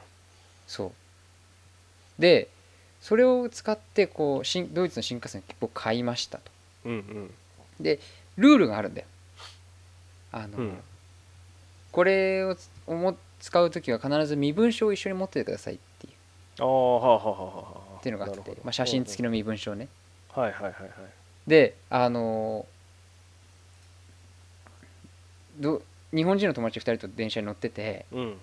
そうで、それを使ってこうドイツの新幹線の切符を買いましたと。 うんうんでルールがあるんだよ。 うんこれを使う時は必ず身分証を一緒に持っててくださいっていうはあはあはあはあっていうのがあって、 なるほど、 まあ、写真付きの身分証ね。 はいはいはいはい。 で日本人の友達2人と電車に乗ってて、 うん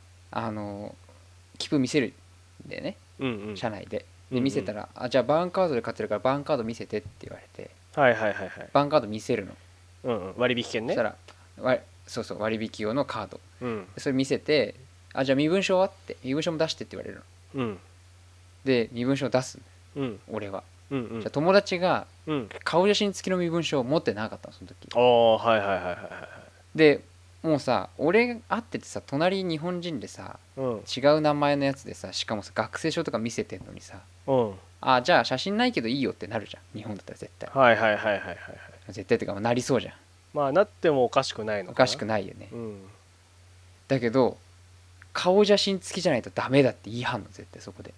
切符見せるんだよね、 うんうん車内で。 うんうんで見せたら、じゃあバーンカードで買ってるからバーンカード見せてって言われて、 はいはいはいはい。 バーンカード見せるの。 割引券ね。 そしたらそうそう、割引用のカード。 うんそれ見せて、じゃあ身分証はって身分証も出してって言われるの。 うんで身分証出すうん俺は。 うんうんじゃあ友達がうん顔写真付きの身分証を持ってなかったのその時はいはいはいはいはい。 で。もうさ、俺会っててさ、隣日本人でさ、 うん違う名前のやつでさ、しかもさ学生証とか見せてんのにさ、 うんじゃあ写真ないけどいいよってなるじゃん、日本だったら絶対。 はいはいはいはいはいはい。 絶対っていうかなりそうじゃん。 まあなってもおかしくないのかな。 おかしくないよね。 うんだけど顔写真付きじゃないとダメだって言い張んの、絶対そこで。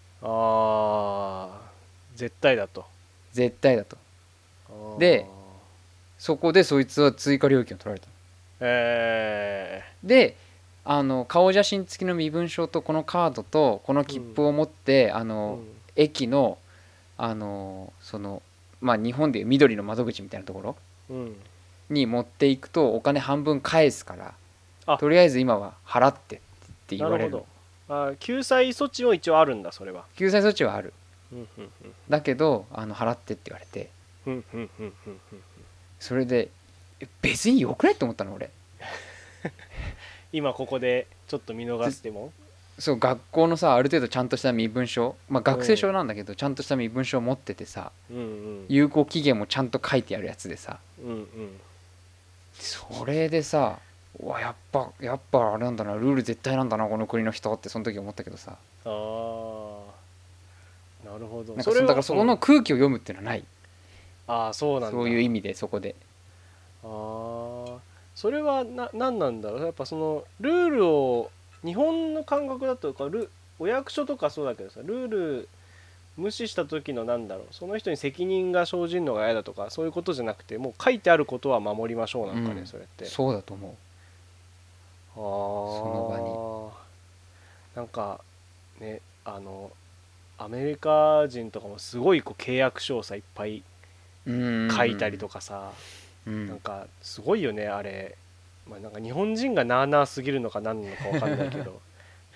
絶対だと。 絶対だと。でそこでそいつは追加料金を取られたの。で顔写真付きの身分証とこのカードとこの切符を持って駅のそのまあ日本でいう緑の窓口みたいなところに持っていくとお金半分返すから、とりあえず今は払ってって言われるの。 救済措置も一応あるんだそれは。 救済措置はある。 うんうんだけど払ってって言われて、 うんうんうんうんうん。 それで別によくないって思ったの俺。 今ここでちょっと見逃しても。 そう、学校のさある程度ちゃんとした身分証、まあ学生証なんだけど、ちゃんとした身分証持っててさ、 うんうん、 有効期限もちゃんと書いてあるやつでさ、 うんうん、 それでさ、うわやっぱあれなんだな、ルール絶対なんだなこの国の人ってその時思ったけどさ。 ああ、なるほど。 なんかだからそこの空気を読むっていうのはない。 ああ、そうなんだ。 そういう意味でそこで。 ああ、それはなんなんだろう。やっぱそのルールを日本の感覚だとかお役所とかそうだけどさ、ルール無視した時のなんだろう、その人に責任が生じるのが嫌だとかそういうことじゃなくて、もう書いてあることは守りましょうなんかね、 うん、 それって。 そうだと思う。 あその場に。 あ、なんかね、アメリカ人とかもすごいこう契約書をさいっぱい書いたりとかさ、なんかすごいよねあれ。まあ、なんか日本人がなあなあすぎるのか何なのか分かんないけど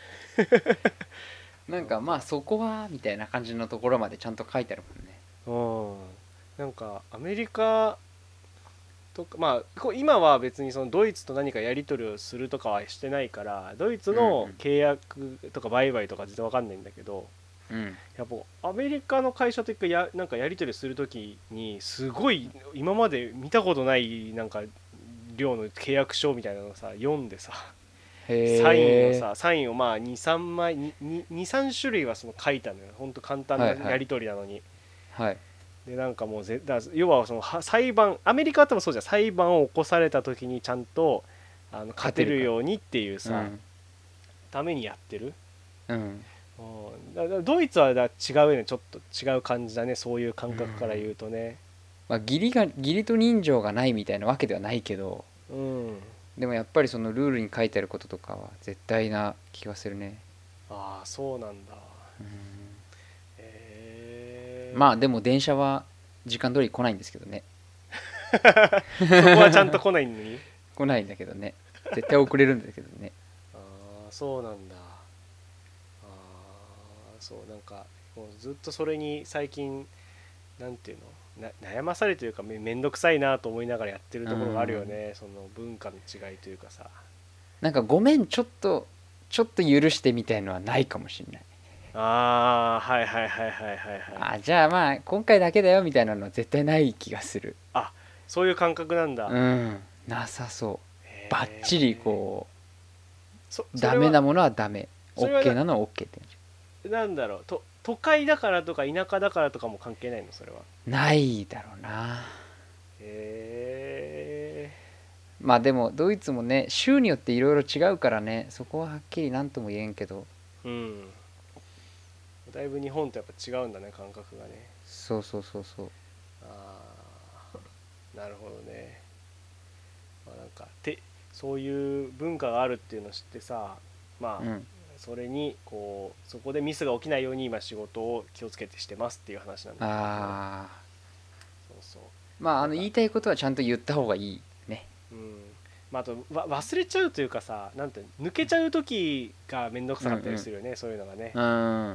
なんかまあそこはみたいな感じのところまでちゃんと書いてあるうん、なんかアメリカとか、まあ今は別にそのドイツと何かやり取りをするとかはしてないから、ドイツもんね。 の契約とか売買とか全然分かんないんだけど、やっぱアメリカの会社と一回なんかやり取りするときにすごい今まで見たことないなんか量の契約書みたいなのをさ読んでさ、サインをまあ23枚23種類はその書いたのよ。ほんと簡単なやり取りなのに、 はい。 でなんかもう要はその裁判、アメリカは多分そうじゃん、裁判を起こされた時にちゃんと勝てるようにっていうさ、ためにやってる。 うん。 だドイツは違うよね、ちょっと違う感じだね、そういう感覚から言うとね。 まあ義理と人情がないみたいなわけではないけど、 うん、 でもやっぱりそのルールに書いてあることとかは絶対な気がするね。 ああそうなんだ。 まあでも電車は時間通り来ないんですけどね。 そこはちゃんと来ないのに。 来ないんだけどね。絶対遅れるんだけどね。 ああそうなんだ。ああそうなんかもうずっとそれに最近なんていうの悩まされてるかめんどくさいなと思いながらやってるところがあるよね、その文化の違いというかさ。 なんかごめんちょっと許してみたいのはないかもしれない。 ああはいはいはいはいはいはい。 あ、じゃあまあ今回だけだよみたいなのは絶対ない気がする。 あ、そういう感覚なんだ。 うん、なさそう。バッチリこうダそれはメなものはダメ、 それは OK なのは OK ってなんだろう、都会だからとか田舎だからとかも関係ないのそれは。 ないだろうな。 へまあでもドイツもね州によっていろいろ違うからね、そこははっきり何とも言えんけど。 え、うん、だいぶ日本とやっぱ違うんだね、感覚がね。 そうそうそうそう。 ああなるほどね。まあなんかそういう文化があるっていうのを知ってさ、まあうん。 それにこうそこでミスが起きないように今仕事を気をつけてしてますっていう話なんだけど。 ああ、 そうそう。 まあなんか言いたいことはちゃんと言った方がいいね。 うん、まあ、あと忘れちゃうというかさ、なんて抜けちゃう時が面倒くさかったりするよね、そういうのがね。 うん。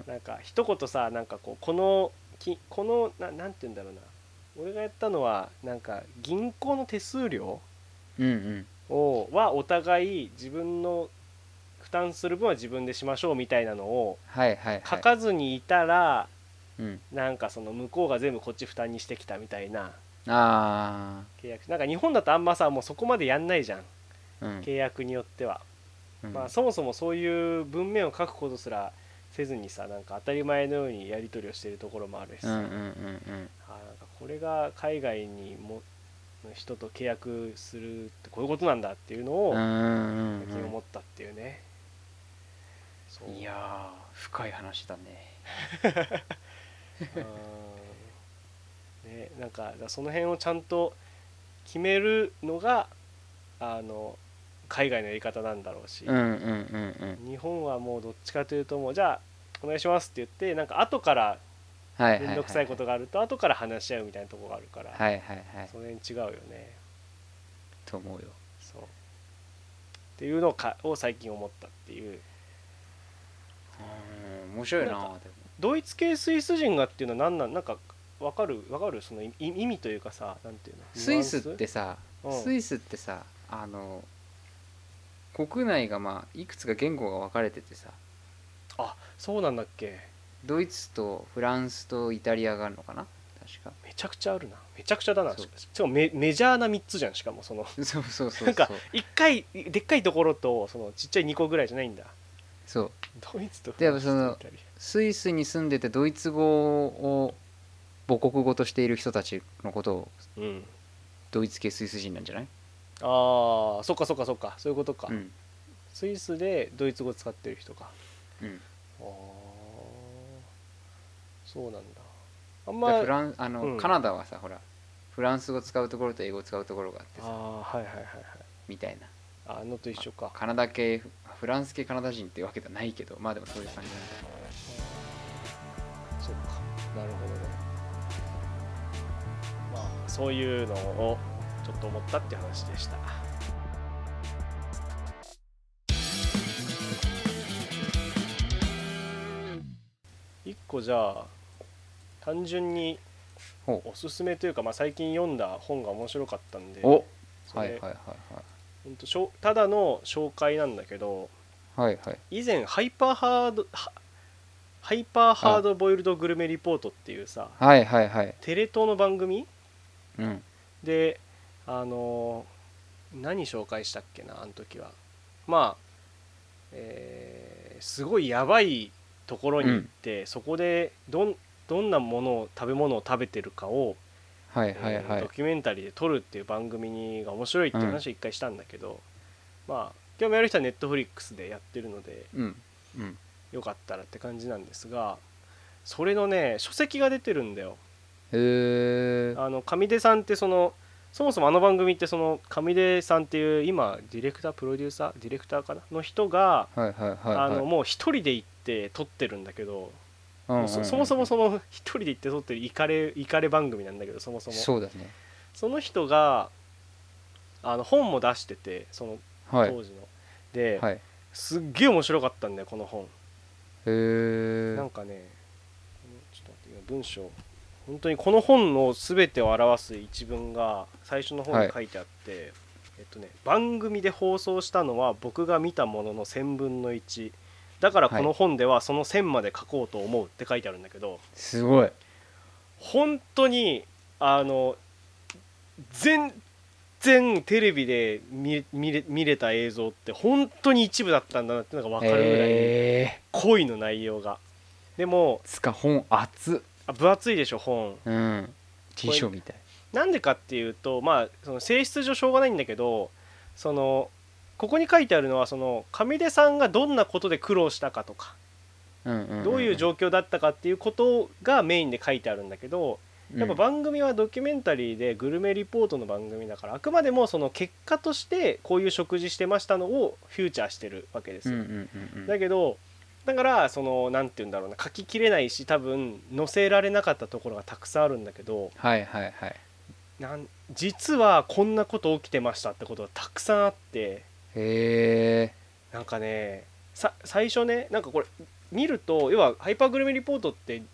なんか一言さ、なんかこうこのなんて言うんだろうな、俺がやったのはなんか銀行の手数料うんうんはお互い自分の負担する分は自分でしましょうみたいなのをはいはいは書い。 かずにいたら、 うん。 なんかその向こうが全部こっち負担にしてきたみたいなあ契約、なんか日本だとあんまさもうそこまでやんないじゃん、 あ、うん。 契約によっては。 うんまあそもそもそういう文面を書くことすらせずにさ、なんか当たり前のようにやり取りをしているところもあるしさ、 うんうんうんうん。 なんかこれが海外にもの人と契約するってこういうことなんだっていうのをうんうん最近思ったっていうね。そううん。いやー深い話だね。 ね、なんかその辺をちゃんと決めるのが海外のやり方なんだろうし、 うんうんうんうん。 日本はもうどっちかというともうじゃあお願いしますって言ってなんか後からはいはいはい面倒くさいことがあると後から話し合うみたいなところがあるから、 はいはいはい。 その辺違うよね。 と思うよ。 そうっていうのを最近思ったっていう面白いな。 なんかドイツ系スイス人がっていうのは何なんかわかるその意味というかさ、なんていうの、 スイスってさ、 うん、 国内がまあいくつか言語が分かれててさ、 あ、そうなんだっけ。 ドイツとフランスとイタリアがあるのかな、確か。 めちゃくちゃあるな、めちゃくちゃだな。 そうしかもメジャーな3つじゃん。しかもそのそうそうそうなんかそう 1回でっかいところとそのちっちゃい2個ぐらいじゃないんだ。 そう。 ドイツとフでランスそのとイタリスイスに住んでてドイツ語を母国語としている人たちのことをア、うん、 ドイツ系スイス人なんじゃない？ ああ、そっかそっかそっか、そういうことか。 うん。 スイスでドイツ語使ってる人か。 うん。 ああ、そうなんだ。あんだま、 フランあの、 うん、 カナダはさ、ほらフランス語使うところと英語使うところがあってあさ、 あ、はいはいはいはい、 みたいな。 あのと一緒か。 カナダ系フランス系カナダ人っていうわけではないけど、まあでもそういう感じなんだ。 そうか、なるほどね。まあそういうのをちょっと思ったって話でした。一個じゃあ単純にほおすすめというか、まあ、最近読んだ本が面白かったんで、 う。お、 それ、 はいはいはいほんとただの紹介なんだけど、 はいはいはい。 以前ハイパーハーあ、 ドボイルドグルメリポートっていうさ、 はいはいはい。 テレ東の番組うん。 で、あの何紹介したっけな、あの時は。まあ、すごいやばいところに行っうん。 て、そこでどんな食べ物を食べてるかを、 はいはいはい。 ドキュメンタリーで撮るっていう番組が面白いっていううん。 話を一回したんだけど、まあ興味ある人はネットフリックスでやってるのでうん。うん。 よかったらって感じなんですが、それのね書籍が出てるんだよ。 へえ。 上出さんってそもそもあの番組ってその上出さんっていう今ディレクタープロデューサーディレクターかなの人がはいはいはいはい。 もう一人で行って撮ってるんだけど、 うんうんうんそもそうん。 もその一人で行って撮ってるイカレ番組なんだけど、そもそもそうだね。 その人が本も出してて、そのはい。 当時ので、 はい。へすっげえ面白かったんだよこの本。なえ。 んかね、ちょっと待って、今文章、本当にこの本の全てを表す一文が最初の方はい。 に書いてあって、番組で放送したのは僕が見たものの1000分の1だからはい。 この本ではその1000まで書こうと思うって書いてあるんだけど、 すごい。 本当にあの全然テレビで見れた映像って本当に一部だったんだなってのが分かるぐらいええ。 濃いの内容が。でも本厚っ。 分厚いでしょ本。 うん。辞これ書みたい。 なんでかっていうと、まあその性質上しょうがないんだけど、そのここに書いてあるのはその上出さんがどんなことで苦労したかとかうんうんどういううん状況だったかっていうことがメインで書いてあるんだけど、 うん。うん。 やっぱ番組はドキュメンタリーでグルメリポートの番組だから、あくまでもその結果としてこういう食事してましたのをフューチャーしてるわけですよ。 うんうんうんうん。 だけどだからそのなんて言うんだろうな、書ききれないし多分載せられなかったところがたくさんあるんだけど、 はいはいはい。 実はこんなこと起きてましたってことがたくさんあって、 へえ。 なんかね最初ね、なんかこれ見ると、要はハイパーグルメリポートって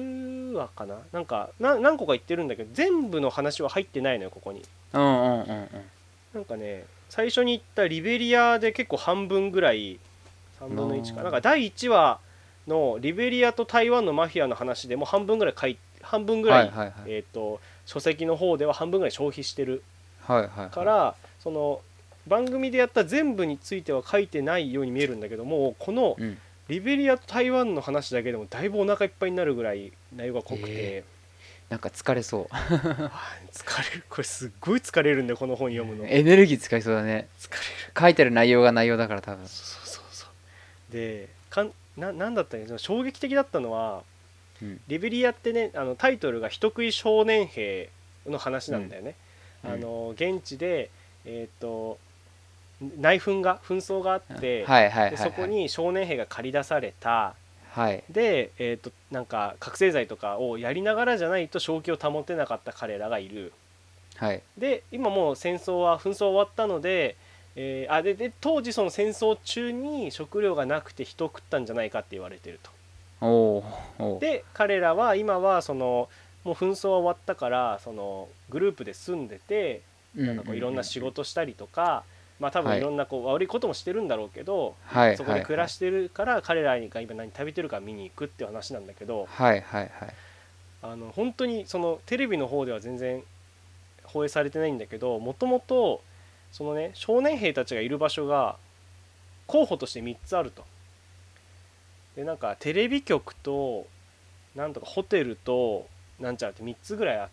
10話かな、なんか何個か言ってるんだけど全部の話は入ってないのよここに。 うんうんうんうん。 なんかね最初に言ったリベリアで結構半分ぐらい、3分の1かなんか第1話のリベリアと台湾のマフィアの話でも半分ぐらい、 はいはいはい。 書籍の方では半分ぐらい消費してるはいはいはい。 からその番組でやった全部については書いてないように見えるんだけども、このうん。 リベリアと台湾の話だけでもだいぶお腹いっぱいになるぐらい内容が濃くて、 なんか疲れそう。 疲れる、これすっごい疲れるんだよこの本読むの。 エネルギー使いそうだね。 疲れる。 書いてる内容が内容だから多分。 そうそうそうでなんだったんや、衝撃的だったのは、 うん。 リベリアってね、タイトルが「人食い少年兵」の話うんなんだよね。 うん。 現地で紛争があって、 はいはいではいはい。 そこに少年兵が駆り出された。 はい。 で、なんか覚醒剤とかをやりながらじゃないと正気を保てなかった彼らがいる。 はい。 で今もう紛争は終わったので、 で当時その戦争中に食料がなくて人を食ったんじゃないかって言われてると。 おお。 で彼らは今はそのもう紛争は終わったからそのグループで住んでて、なんかこういろんな仕事したりとか、まあ多分いろんなこう悪いこともしてるんだろうけど、 はい、 そこで暮らしてるから彼らが今何食べてるか見に行くっていう話なんだけど、 はいはいはい。 本当にそのテレビの方では全然放映されてないんだけど、もともとそのね少年兵たちがいる場所が候補として3つあると。でなんかテレビ局となんとかホテルとなんちゃらって3つぐらいあって、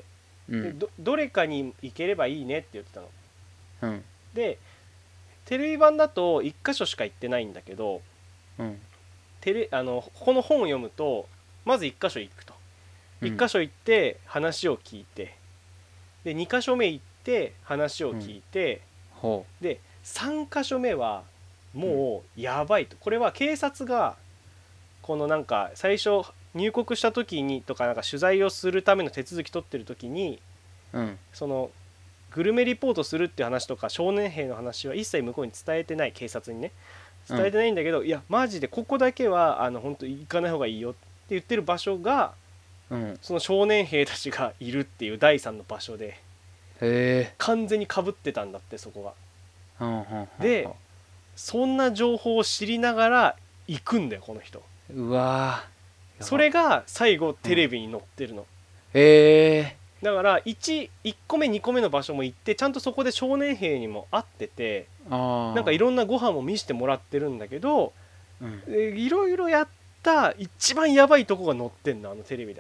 でどれかに行ければいいねって言ってたの。 うん、 でテレビ版だと1箇所しか行ってないんだけど、 うん、 ここの本を読むとまず1箇所行くと。1箇所行って話を聞いて、で2箇所目行って話を聞いて、で3箇所目はもうやばいと。これは警察がこのなんか最初入国した時にとかなんか取材をするための手続き取ってる時に、そのグルメリポートするっていう話とか少年兵の話は一切向こうに伝えてない、警察にね伝えてないんだけど、いやマジでここだけは本当行かない方がいいよって言ってる場所が、その少年兵たちがいるっていう第三の場所で、完全にかぶってたんだってそこが。でそんな情報を知りながら行くんだよこの人。 うわそれが最後テレビに載ってるの。だから1個目2個目の場所も行ってちゃんとそこで少年兵にも会ってて、なんかいろんなご飯も見せてもらってるんだけど、いろいろやった一番やばいとこが載ってんのテレビで。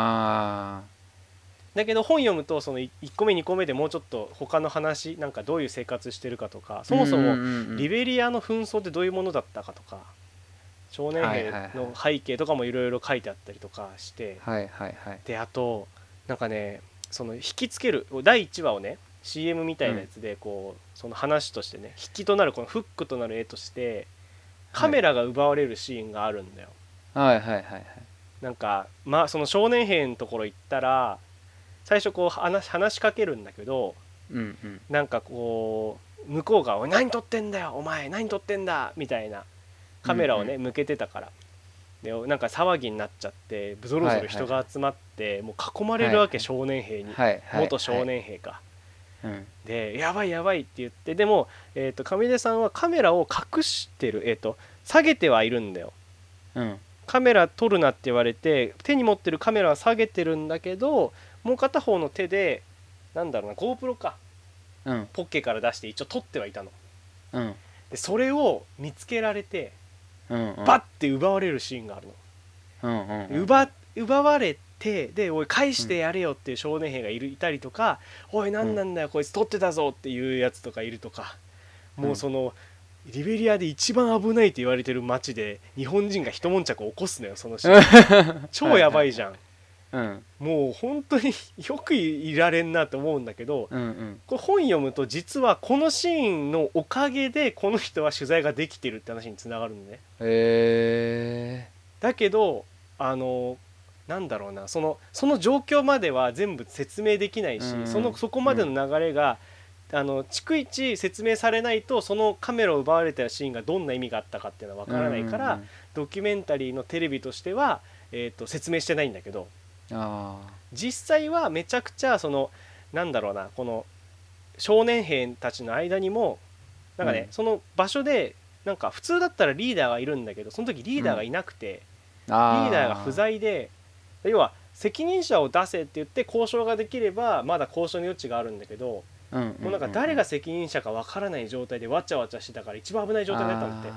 だけど本読むとその1個目2個目でもうちょっと他の話、なんかどういう生活してるかとか、そもそもリベリアの紛争ってどういうものだったかとか、少年兵の背景とかもいろいろ書いてあったりとかして、であとなんかねその引きつける第1話をね CM みたいなやつでこうその話としてね引きとなるこのフックとなる絵としてカメラが奪われるシーンがあるんだよ。なんかまあその少年兵のところ行ったら最初こう話しかけるんだけど、なんかこう向こうが「おい何撮ってんだよお前何撮ってんだ」みたいなカメラをね向けてたから、でなんか騒ぎになっちゃってぞろぞろ人が集まってもう囲まれるわけ、少年兵に、元少年兵か。でやばいやばいって言って、でも上出さんはカメラを隠してる、下げてはいるんだよ。カメラ撮るなって言われて手に持ってるカメラは下げてるんだけど、もう片方の手でなんだろうな GoPro か、ポッケから出して一応撮ってはいたの。でそれを見つけられてバッて奪われるシーンがあるの。奪われて、でおい返してやれよっていう少年兵がいたりとか、おい何なんだよこいつ撮ってたぞっていうやつとかいるとか、もうそのリベリアで一番危ないと言われてる街で日本人が一悶着を起こすのよそのシーン。超やばいじゃん。もう本当によくいられんなと思うんだけど、これ本読むと実はこのシーンのおかげでこの人は取材ができてるって話につながるのね。だけどなんだろうな、その状況までは全部説明できないし、そこまでの流れが逐一説明されないとそのカメラを奪われたシーンがどんな意味があったかっていうのは分からないから、ドキュメンタリーのテレビとしては、説明してないんだけど、実際はめちゃくちゃそのなんだろうな、この少年兵たちの間にもなんかね、その場所でなんか普通だったらリーダーがいるんだけど、その時リーダーがいなくて、リーダーが不在で、要は責任者を出せって言って交渉ができればまだ交渉の余地があるんだけど、もうなんか誰が責任者かわからない状態でわちゃわちゃしてたから一番危ない状態になったんだって。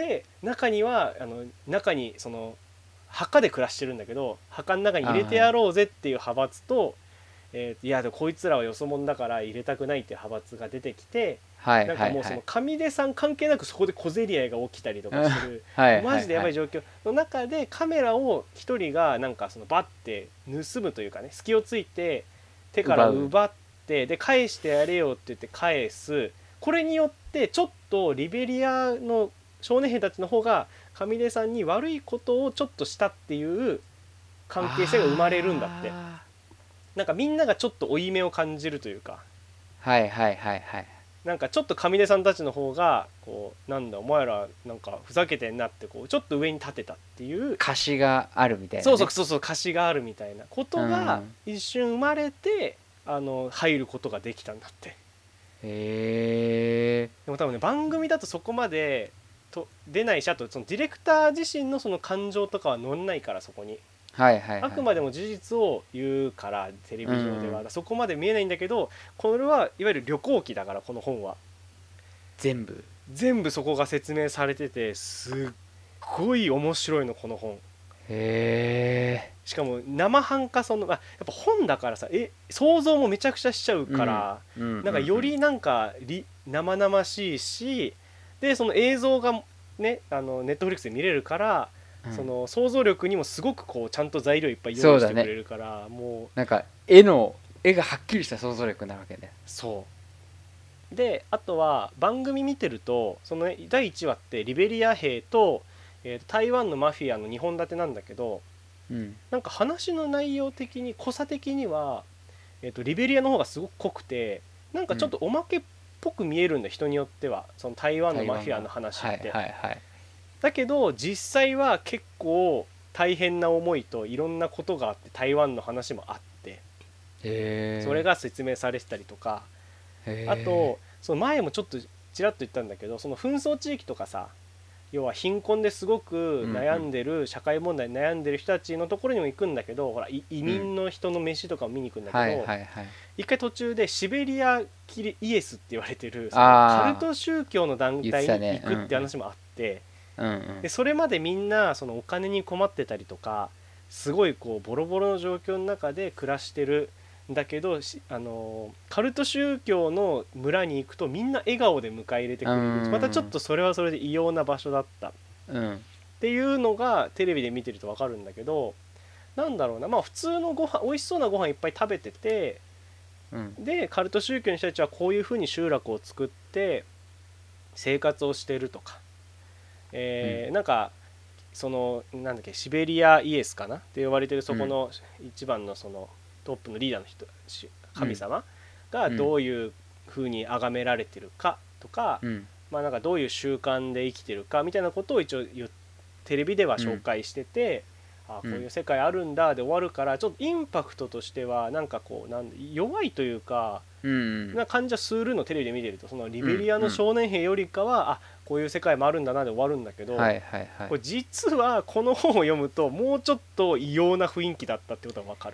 で中にはその墓で暮らしてるんだけど、墓の中に入れてやろうぜっていう派閥と、いやでもこいつらはよそ者だから入れたくないっていう派閥が出てきて、なんかもうその上出さん関係なくそこで小競り合いが起きたりとかするマジでやばい状況の中で、カメラを一人がなんかそのバッて盗むというかね、隙をついて手から奪って、で返してやれよって言って返す。これによってちょっとリベリアの少年兵たちの方が上出さんに悪いことをちょっとしたっていう関係性が生まれるんだって。なんかみんながちょっと負い目を感じるというか。 なんかちょっと上出さんたちの方がこうなんだお前らなんかふざけてんなってこうちょっと上に立てたっていう歌詞があるみたいな、ね、 そう歌詞があるみたいなことが一瞬生まれて、入ることができたんだって。 へえ。 でも多分ね番組だとそこまで出ないし、あとそのディレクター自身のその感情とかは乗んないから、そこに、 はいはいはい、 あくまでも事実を言うからテレビ上では、そこまで見えないんだけど、これはいわゆる旅行記だから、この本は全部そこが説明されてて、すっごい面白いのこの本。 へえ。 しかも生半可やっぱ本だからさ、想像もめちゃくちゃしちゃうから、なんかよりなんか生々しいし、でその映像がねネットフリックスで見れるから、その想像力にもすごくこうちゃんと材料いっぱい用意してくれるから、もうなんか絵がはっきりした想像力になるわけね。 そうで、あとは番組見てるとその、第1話ってリベリア兵と、台湾のマフィアの2本立てなんだけど、なんか話の内容的に濃さ的には、リベリアの方がすごく濃くて、なんかちょっとおまけっぽく見えるんだ、人によってはその台湾のマフィアの話って、だけど実際は結構大変な思いといろんなことがあって、台湾の話もあって、それが説明されてたりとか、あとその前もちょっとちらっと言ったんだけど、その紛争地域とかさ、要は貧困ですごく悩んでる、社会問題に悩んでる人たちのところにも行くんだけど、ほら移民の人の飯とかを見に行くんだけど、一回途中でシベリアイエスって言われてるそのカルト宗教の団体に行くって話もあって、でそれまでみんなそのお金に困ってたりとか、すごいこうボロボロの状況の中で暮らしてるんだけど、カルト宗教の村に行くとみんな笑顔で迎え入れてくれる、またちょっとそれはそれで異様な場所だった、っていうのがテレビで見てると分かるんだけど、なんだろうな、まあ普通のご飯、美味しそうなご飯いっぱい食べてて、でカルト宗教の人たちはこういうふうに集落を作って生活をしてるとか、なんかそのなんだっけ、シベリアイエスかなって呼ばれてるそこの一番のそのトップのリーダーの人、神様がどういうふうに崇められてるかとか、まあなんかどういう習慣で生きてるかみたいなことを一応テレビでは紹介してて、あ、こういう世界あるんだで終わるから、ちょっとインパクトとしてはなんかこう弱いというか、な感じはするの、テレビで見てると。そのリベリアの少年兵よりかは、あ、こういう世界もあるんだなで終わるんだけど、これ実はこの本を読むともうちょっと異様な雰囲気だったってことが分かる。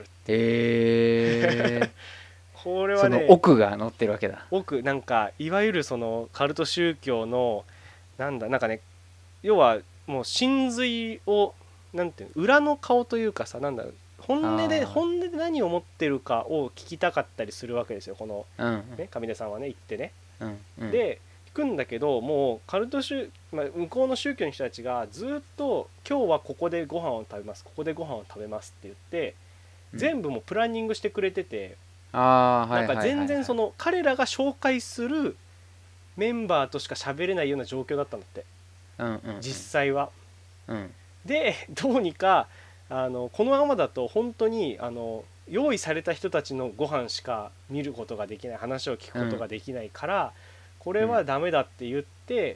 これはね、 その奥が載ってるわけだ。 奥、なんかいわゆるそのカルト宗教のなんかね、要はもう真髄をなんていうの、裏の顔というかさ、なんだろう、本音で何を思ってるかを聞きたかったりするわけですよ、この、上出さんはね、行ってね、で行くんだけど、もうカルト向こうの宗教の人たちがずっと今日はここでご飯を食べます、ここでご飯を食べますって言って、全部もうプランニングしてくれてて、なんか全然その彼らが紹介するメンバーとしか喋れないような状況だったんだって、実際は。でどうにかこのままだと本当に用意された人たちのご飯しか見ることができない、話を聞くことができないから、これはダメだって言って、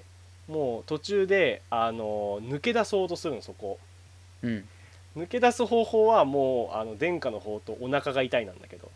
もう途中で抜け出そうとするの、そこ、抜け出す方法はもう殿下の方とお腹が痛いなんだけど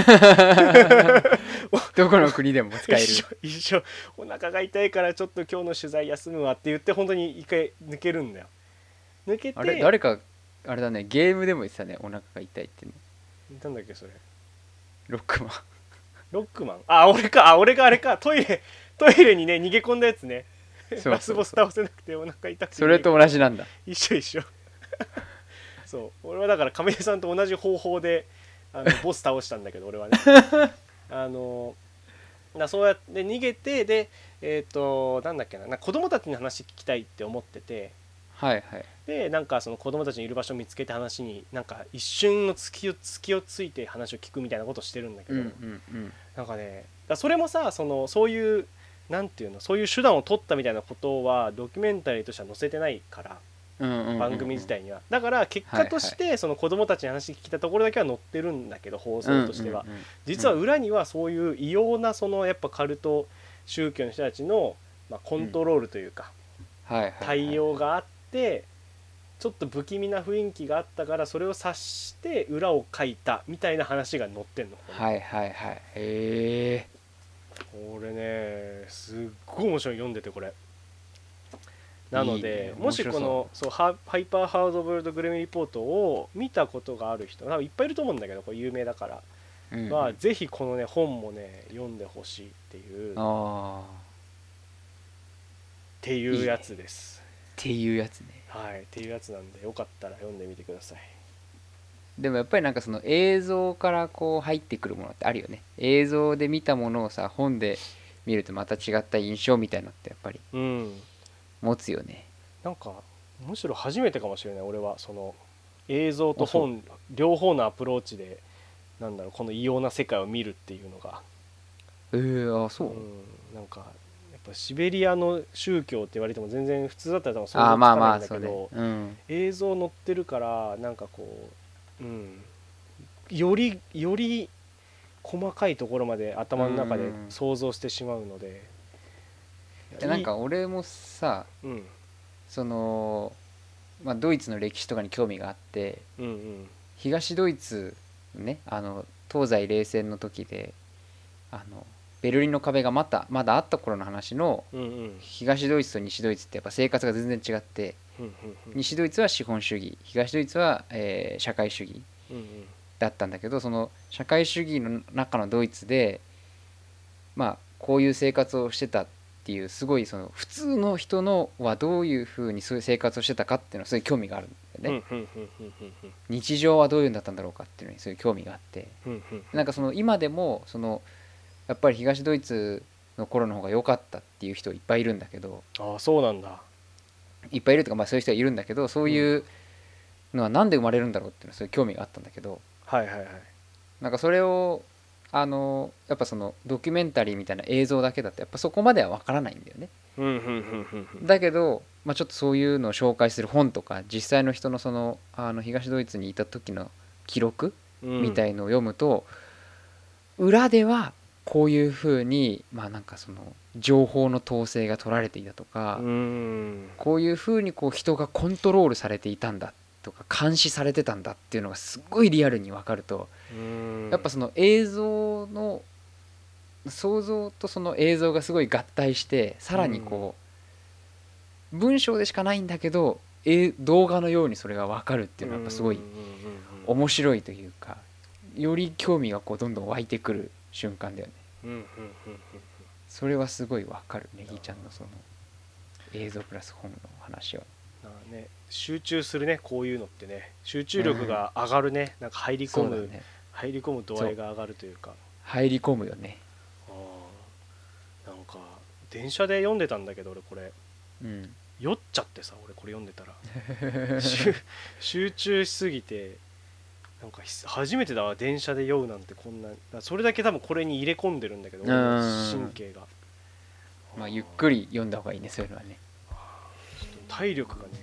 どこの国でも使える一緒、お腹が痛いからちょっと今日の取材休むわって言って本当に一回抜けるんだよ。抜けて、 あれ誰かあれだね、ゲームでも言ってたね、お腹が痛いってね。 なんだっけそれ、 ロックマン。 俺があれか、トイレにね逃げ込んだやつね。ラスボス倒せなくてお腹痛くて、 それと同じなんだ。 一緒そう、俺はだから亀井さんと同じ方法でボス倒したんだけど、俺はねそうやって逃げて、でなんだっけな、子供たちに話聞きたいって思ってて、でなんかその子供たちのいる場所を見つけて話になんか一瞬の隙をついて話を聞くみたいなことをしてるんだけど、なんかね、それもさ、そういうなんていうの、そういう手段を取ったみたいなことはドキュメンタリーとしては載せてないから、番組自体には。だから結果としてその子供たちに話聞いたところだけは載ってるんだけど、放送としては実は裏にはそういう異様なそのやっぱカルト宗教の人たちの、まあ、コントロールというか、対応があって、ちょっと不気味な雰囲気があったからそれを察して裏を書いたみたいな話が載ってんの。 はいはいはい。へえ。 これねすっごい面白い、読んでてこれ。なのでいいね、 もしこのハイパーハードボイルドグルメリポートを見たことがある人多分いっぱいいると思うんだけど、これ有名だから、まあぜひこのね本もね読んでほしいっていうっていうやつです。 っていうやつね。 はい、っていうやつなんでよかったら読んでみてください。 でもやっぱりなんかその映像からこう入ってくるものってあるよね。映像で見たものをさ本で見るとまた違った印象みたいなのってやっぱり持つよね。 なんかむしろ初めてかもしれない俺は、その映像と本両方のアプローチでなんだろう、この異様な世界を見るっていうのが。 あ、そう、 なんかやっぱシベリアの宗教って言われても全然普通だったら多分想像つかないんだけど、映像載ってるからなんかこう、より細かいところまで頭の中で想像してしまうので、 なんか俺もさ、その、まあ、ドイツの歴史とかに興味があって、東ドイツね、東西冷戦の時でベルリンの壁がまだあった頃の話の、東ドイツと西ドイツってやっぱ生活が全然違って、西ドイツは資本主義、東ドイツは、社会主義だったんだけど、その社会主義の中のドイツでまあこういう生活をしてたっていう、すごいその普通の人のはどういうふうにそういう生活をしてたかっていうのはすごい興味があるんだよね。日常はどういうんだったんだろうかっていうのにそういう興味があって、なんかその今でもそのやっぱり東ドイツの頃の方が良かったっていう人いっぱいいるんだけど、 そうなんだ、 いっぱいいるとか、まあそういう人はいるんだけど、そういうのはなんで生まれるんだろうっていうのはそういう興味があったんだけど、なんかそれをやっぱそのドキュメンタリーみたいな映像だけだとやっぱそこまでは分からないんだよね。だけど、まあ、ちょっとそういうのを紹介する本とか実際の人のその東ドイツにいた時の記録みたいのを読むと、裏ではこういうふうにまあなんかその情報の統制が取られていたとか、こういうふうにこう人がコントロールされていたんだとか監視されてたんだっていうのがすっごいリアルに分かると、やっぱその映像の想像とその映像がすごい合体して、さらにこう文章でしかないんだけど動画のようにそれが分かるっていうのはやっぱすごい面白いというか、より興味がこうどんどん湧いてくる瞬間だよね。それはすごい分かる。ネギちゃんのその映像プラス本の話は。 集中するね、こういうのってね、集中力が上がるね、なんか入り込む度合いが上がるというか、 入り込むよね。 なんか電車で読んでたんだけど俺これ、酔っちゃってさ、俺これ読んでたら集中しすぎて、なんか初めてだわ電車で酔うなんて。こんなそれだけ多分これに入れ込んでるんだけど、神経が。 まあゆっくり読んだ方がいいね、そういうのはね。 ちょっと体力がね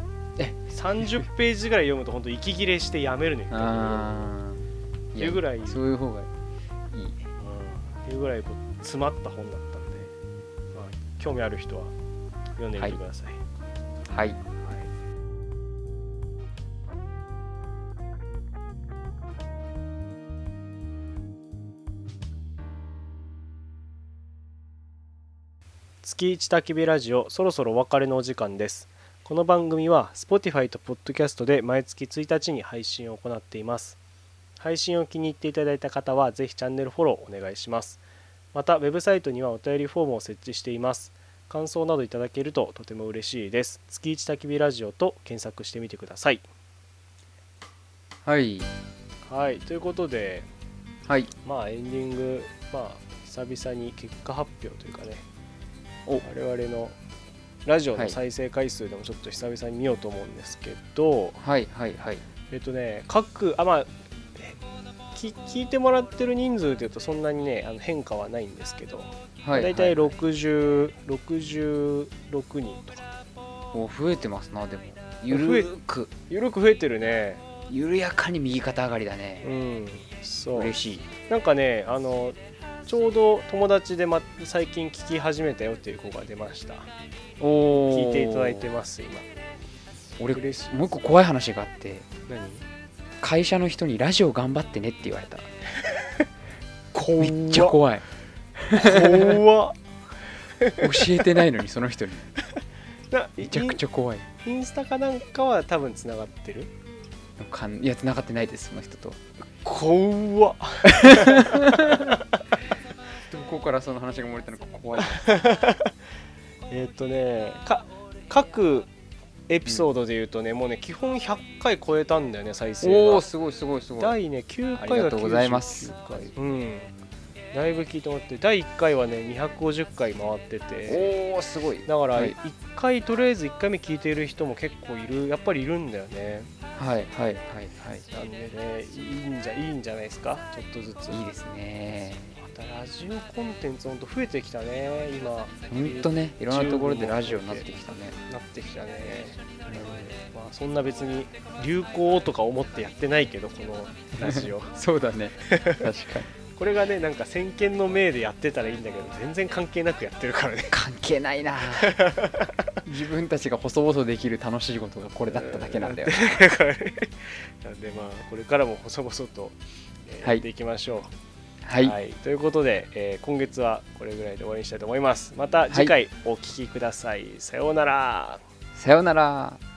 30ページぐらい読むと本当息切れしてやめるねっていうぐらい、 そういう方がいいねっていうぐらいこう詰まった本だったんで、まあ、興味ある人は読んでみてください。 はい、 月一焚き火ラジオ、そろそろお別れのお時間です。この番組は Spotify と Podcast で毎月1日に配信を行っています。配信を気に入っていただいた方はぜひチャンネルフォローお願いします。またウェブサイトにはお便りフォームを設置しています。感想などいただけるととても嬉しいです。月一焚き火ラジオと検索してみてください。 はい、 ということで、まあエンディング、まあ久々に結果発表というかね、我々のラジオの再生回数でもちょっと久々に見ようと思うんですけど、各聞いてもらってる人数でいうとそんなにね変化はないんですけど、だいたい66人とか。 増えてますな。でもゆるく増えてるね。 緩やかに右肩上がりだね。 そう嬉しい。 なんかねちょうど友達で、最近聞き始めたよっていう子が出ました。 聞いていただいてます今。 俺もう一個怖い話があって、 何？ 会社の人にラジオ頑張ってねって言われた。 めっちゃ怖い。 怖っ。 教えてないのにその人に。めちゃくちゃ怖い。 インスタかなんかは多分つながってる？ いや、つながってないです、その人と。 怖っ。 どこからその話が漏れたのか怖い。 各エピソードで言うとね、もうね基本100回超えたんだよね、再生が。 おお、すごいすごいすごい。 第ね9回が99回。 ありがとうございます。 だいぶ聞いてもらって、第1回はね250回回ってて、 おお、すごい。 だから1回、とりあえず1回目聞いている人も結構やっぱりいるんだよね。 はいはいはいはい。 なんでね、いいんじゃないですか、ちょっとずつ。 いいですね。 またラジオコンテンツほんと増えてきたね、今。 ほんとね、いろんなところでラジオになってきたね。 そんな別に流行とか思ってやってないけど、このラジオ。 そうだね。確かに。 これがね、なんか先見の明でやってたらいいんだけど、全然関係なくやってるからね。 関係ないな。自分たちが細々できる楽しいことがこれだっただけなんだよ。 なんでこれからも細々とやっていきましょう。はい、ということで、今月はこれぐらいで終わりにしたいと思います。また次回お聞きください。さようなら。 さようなら。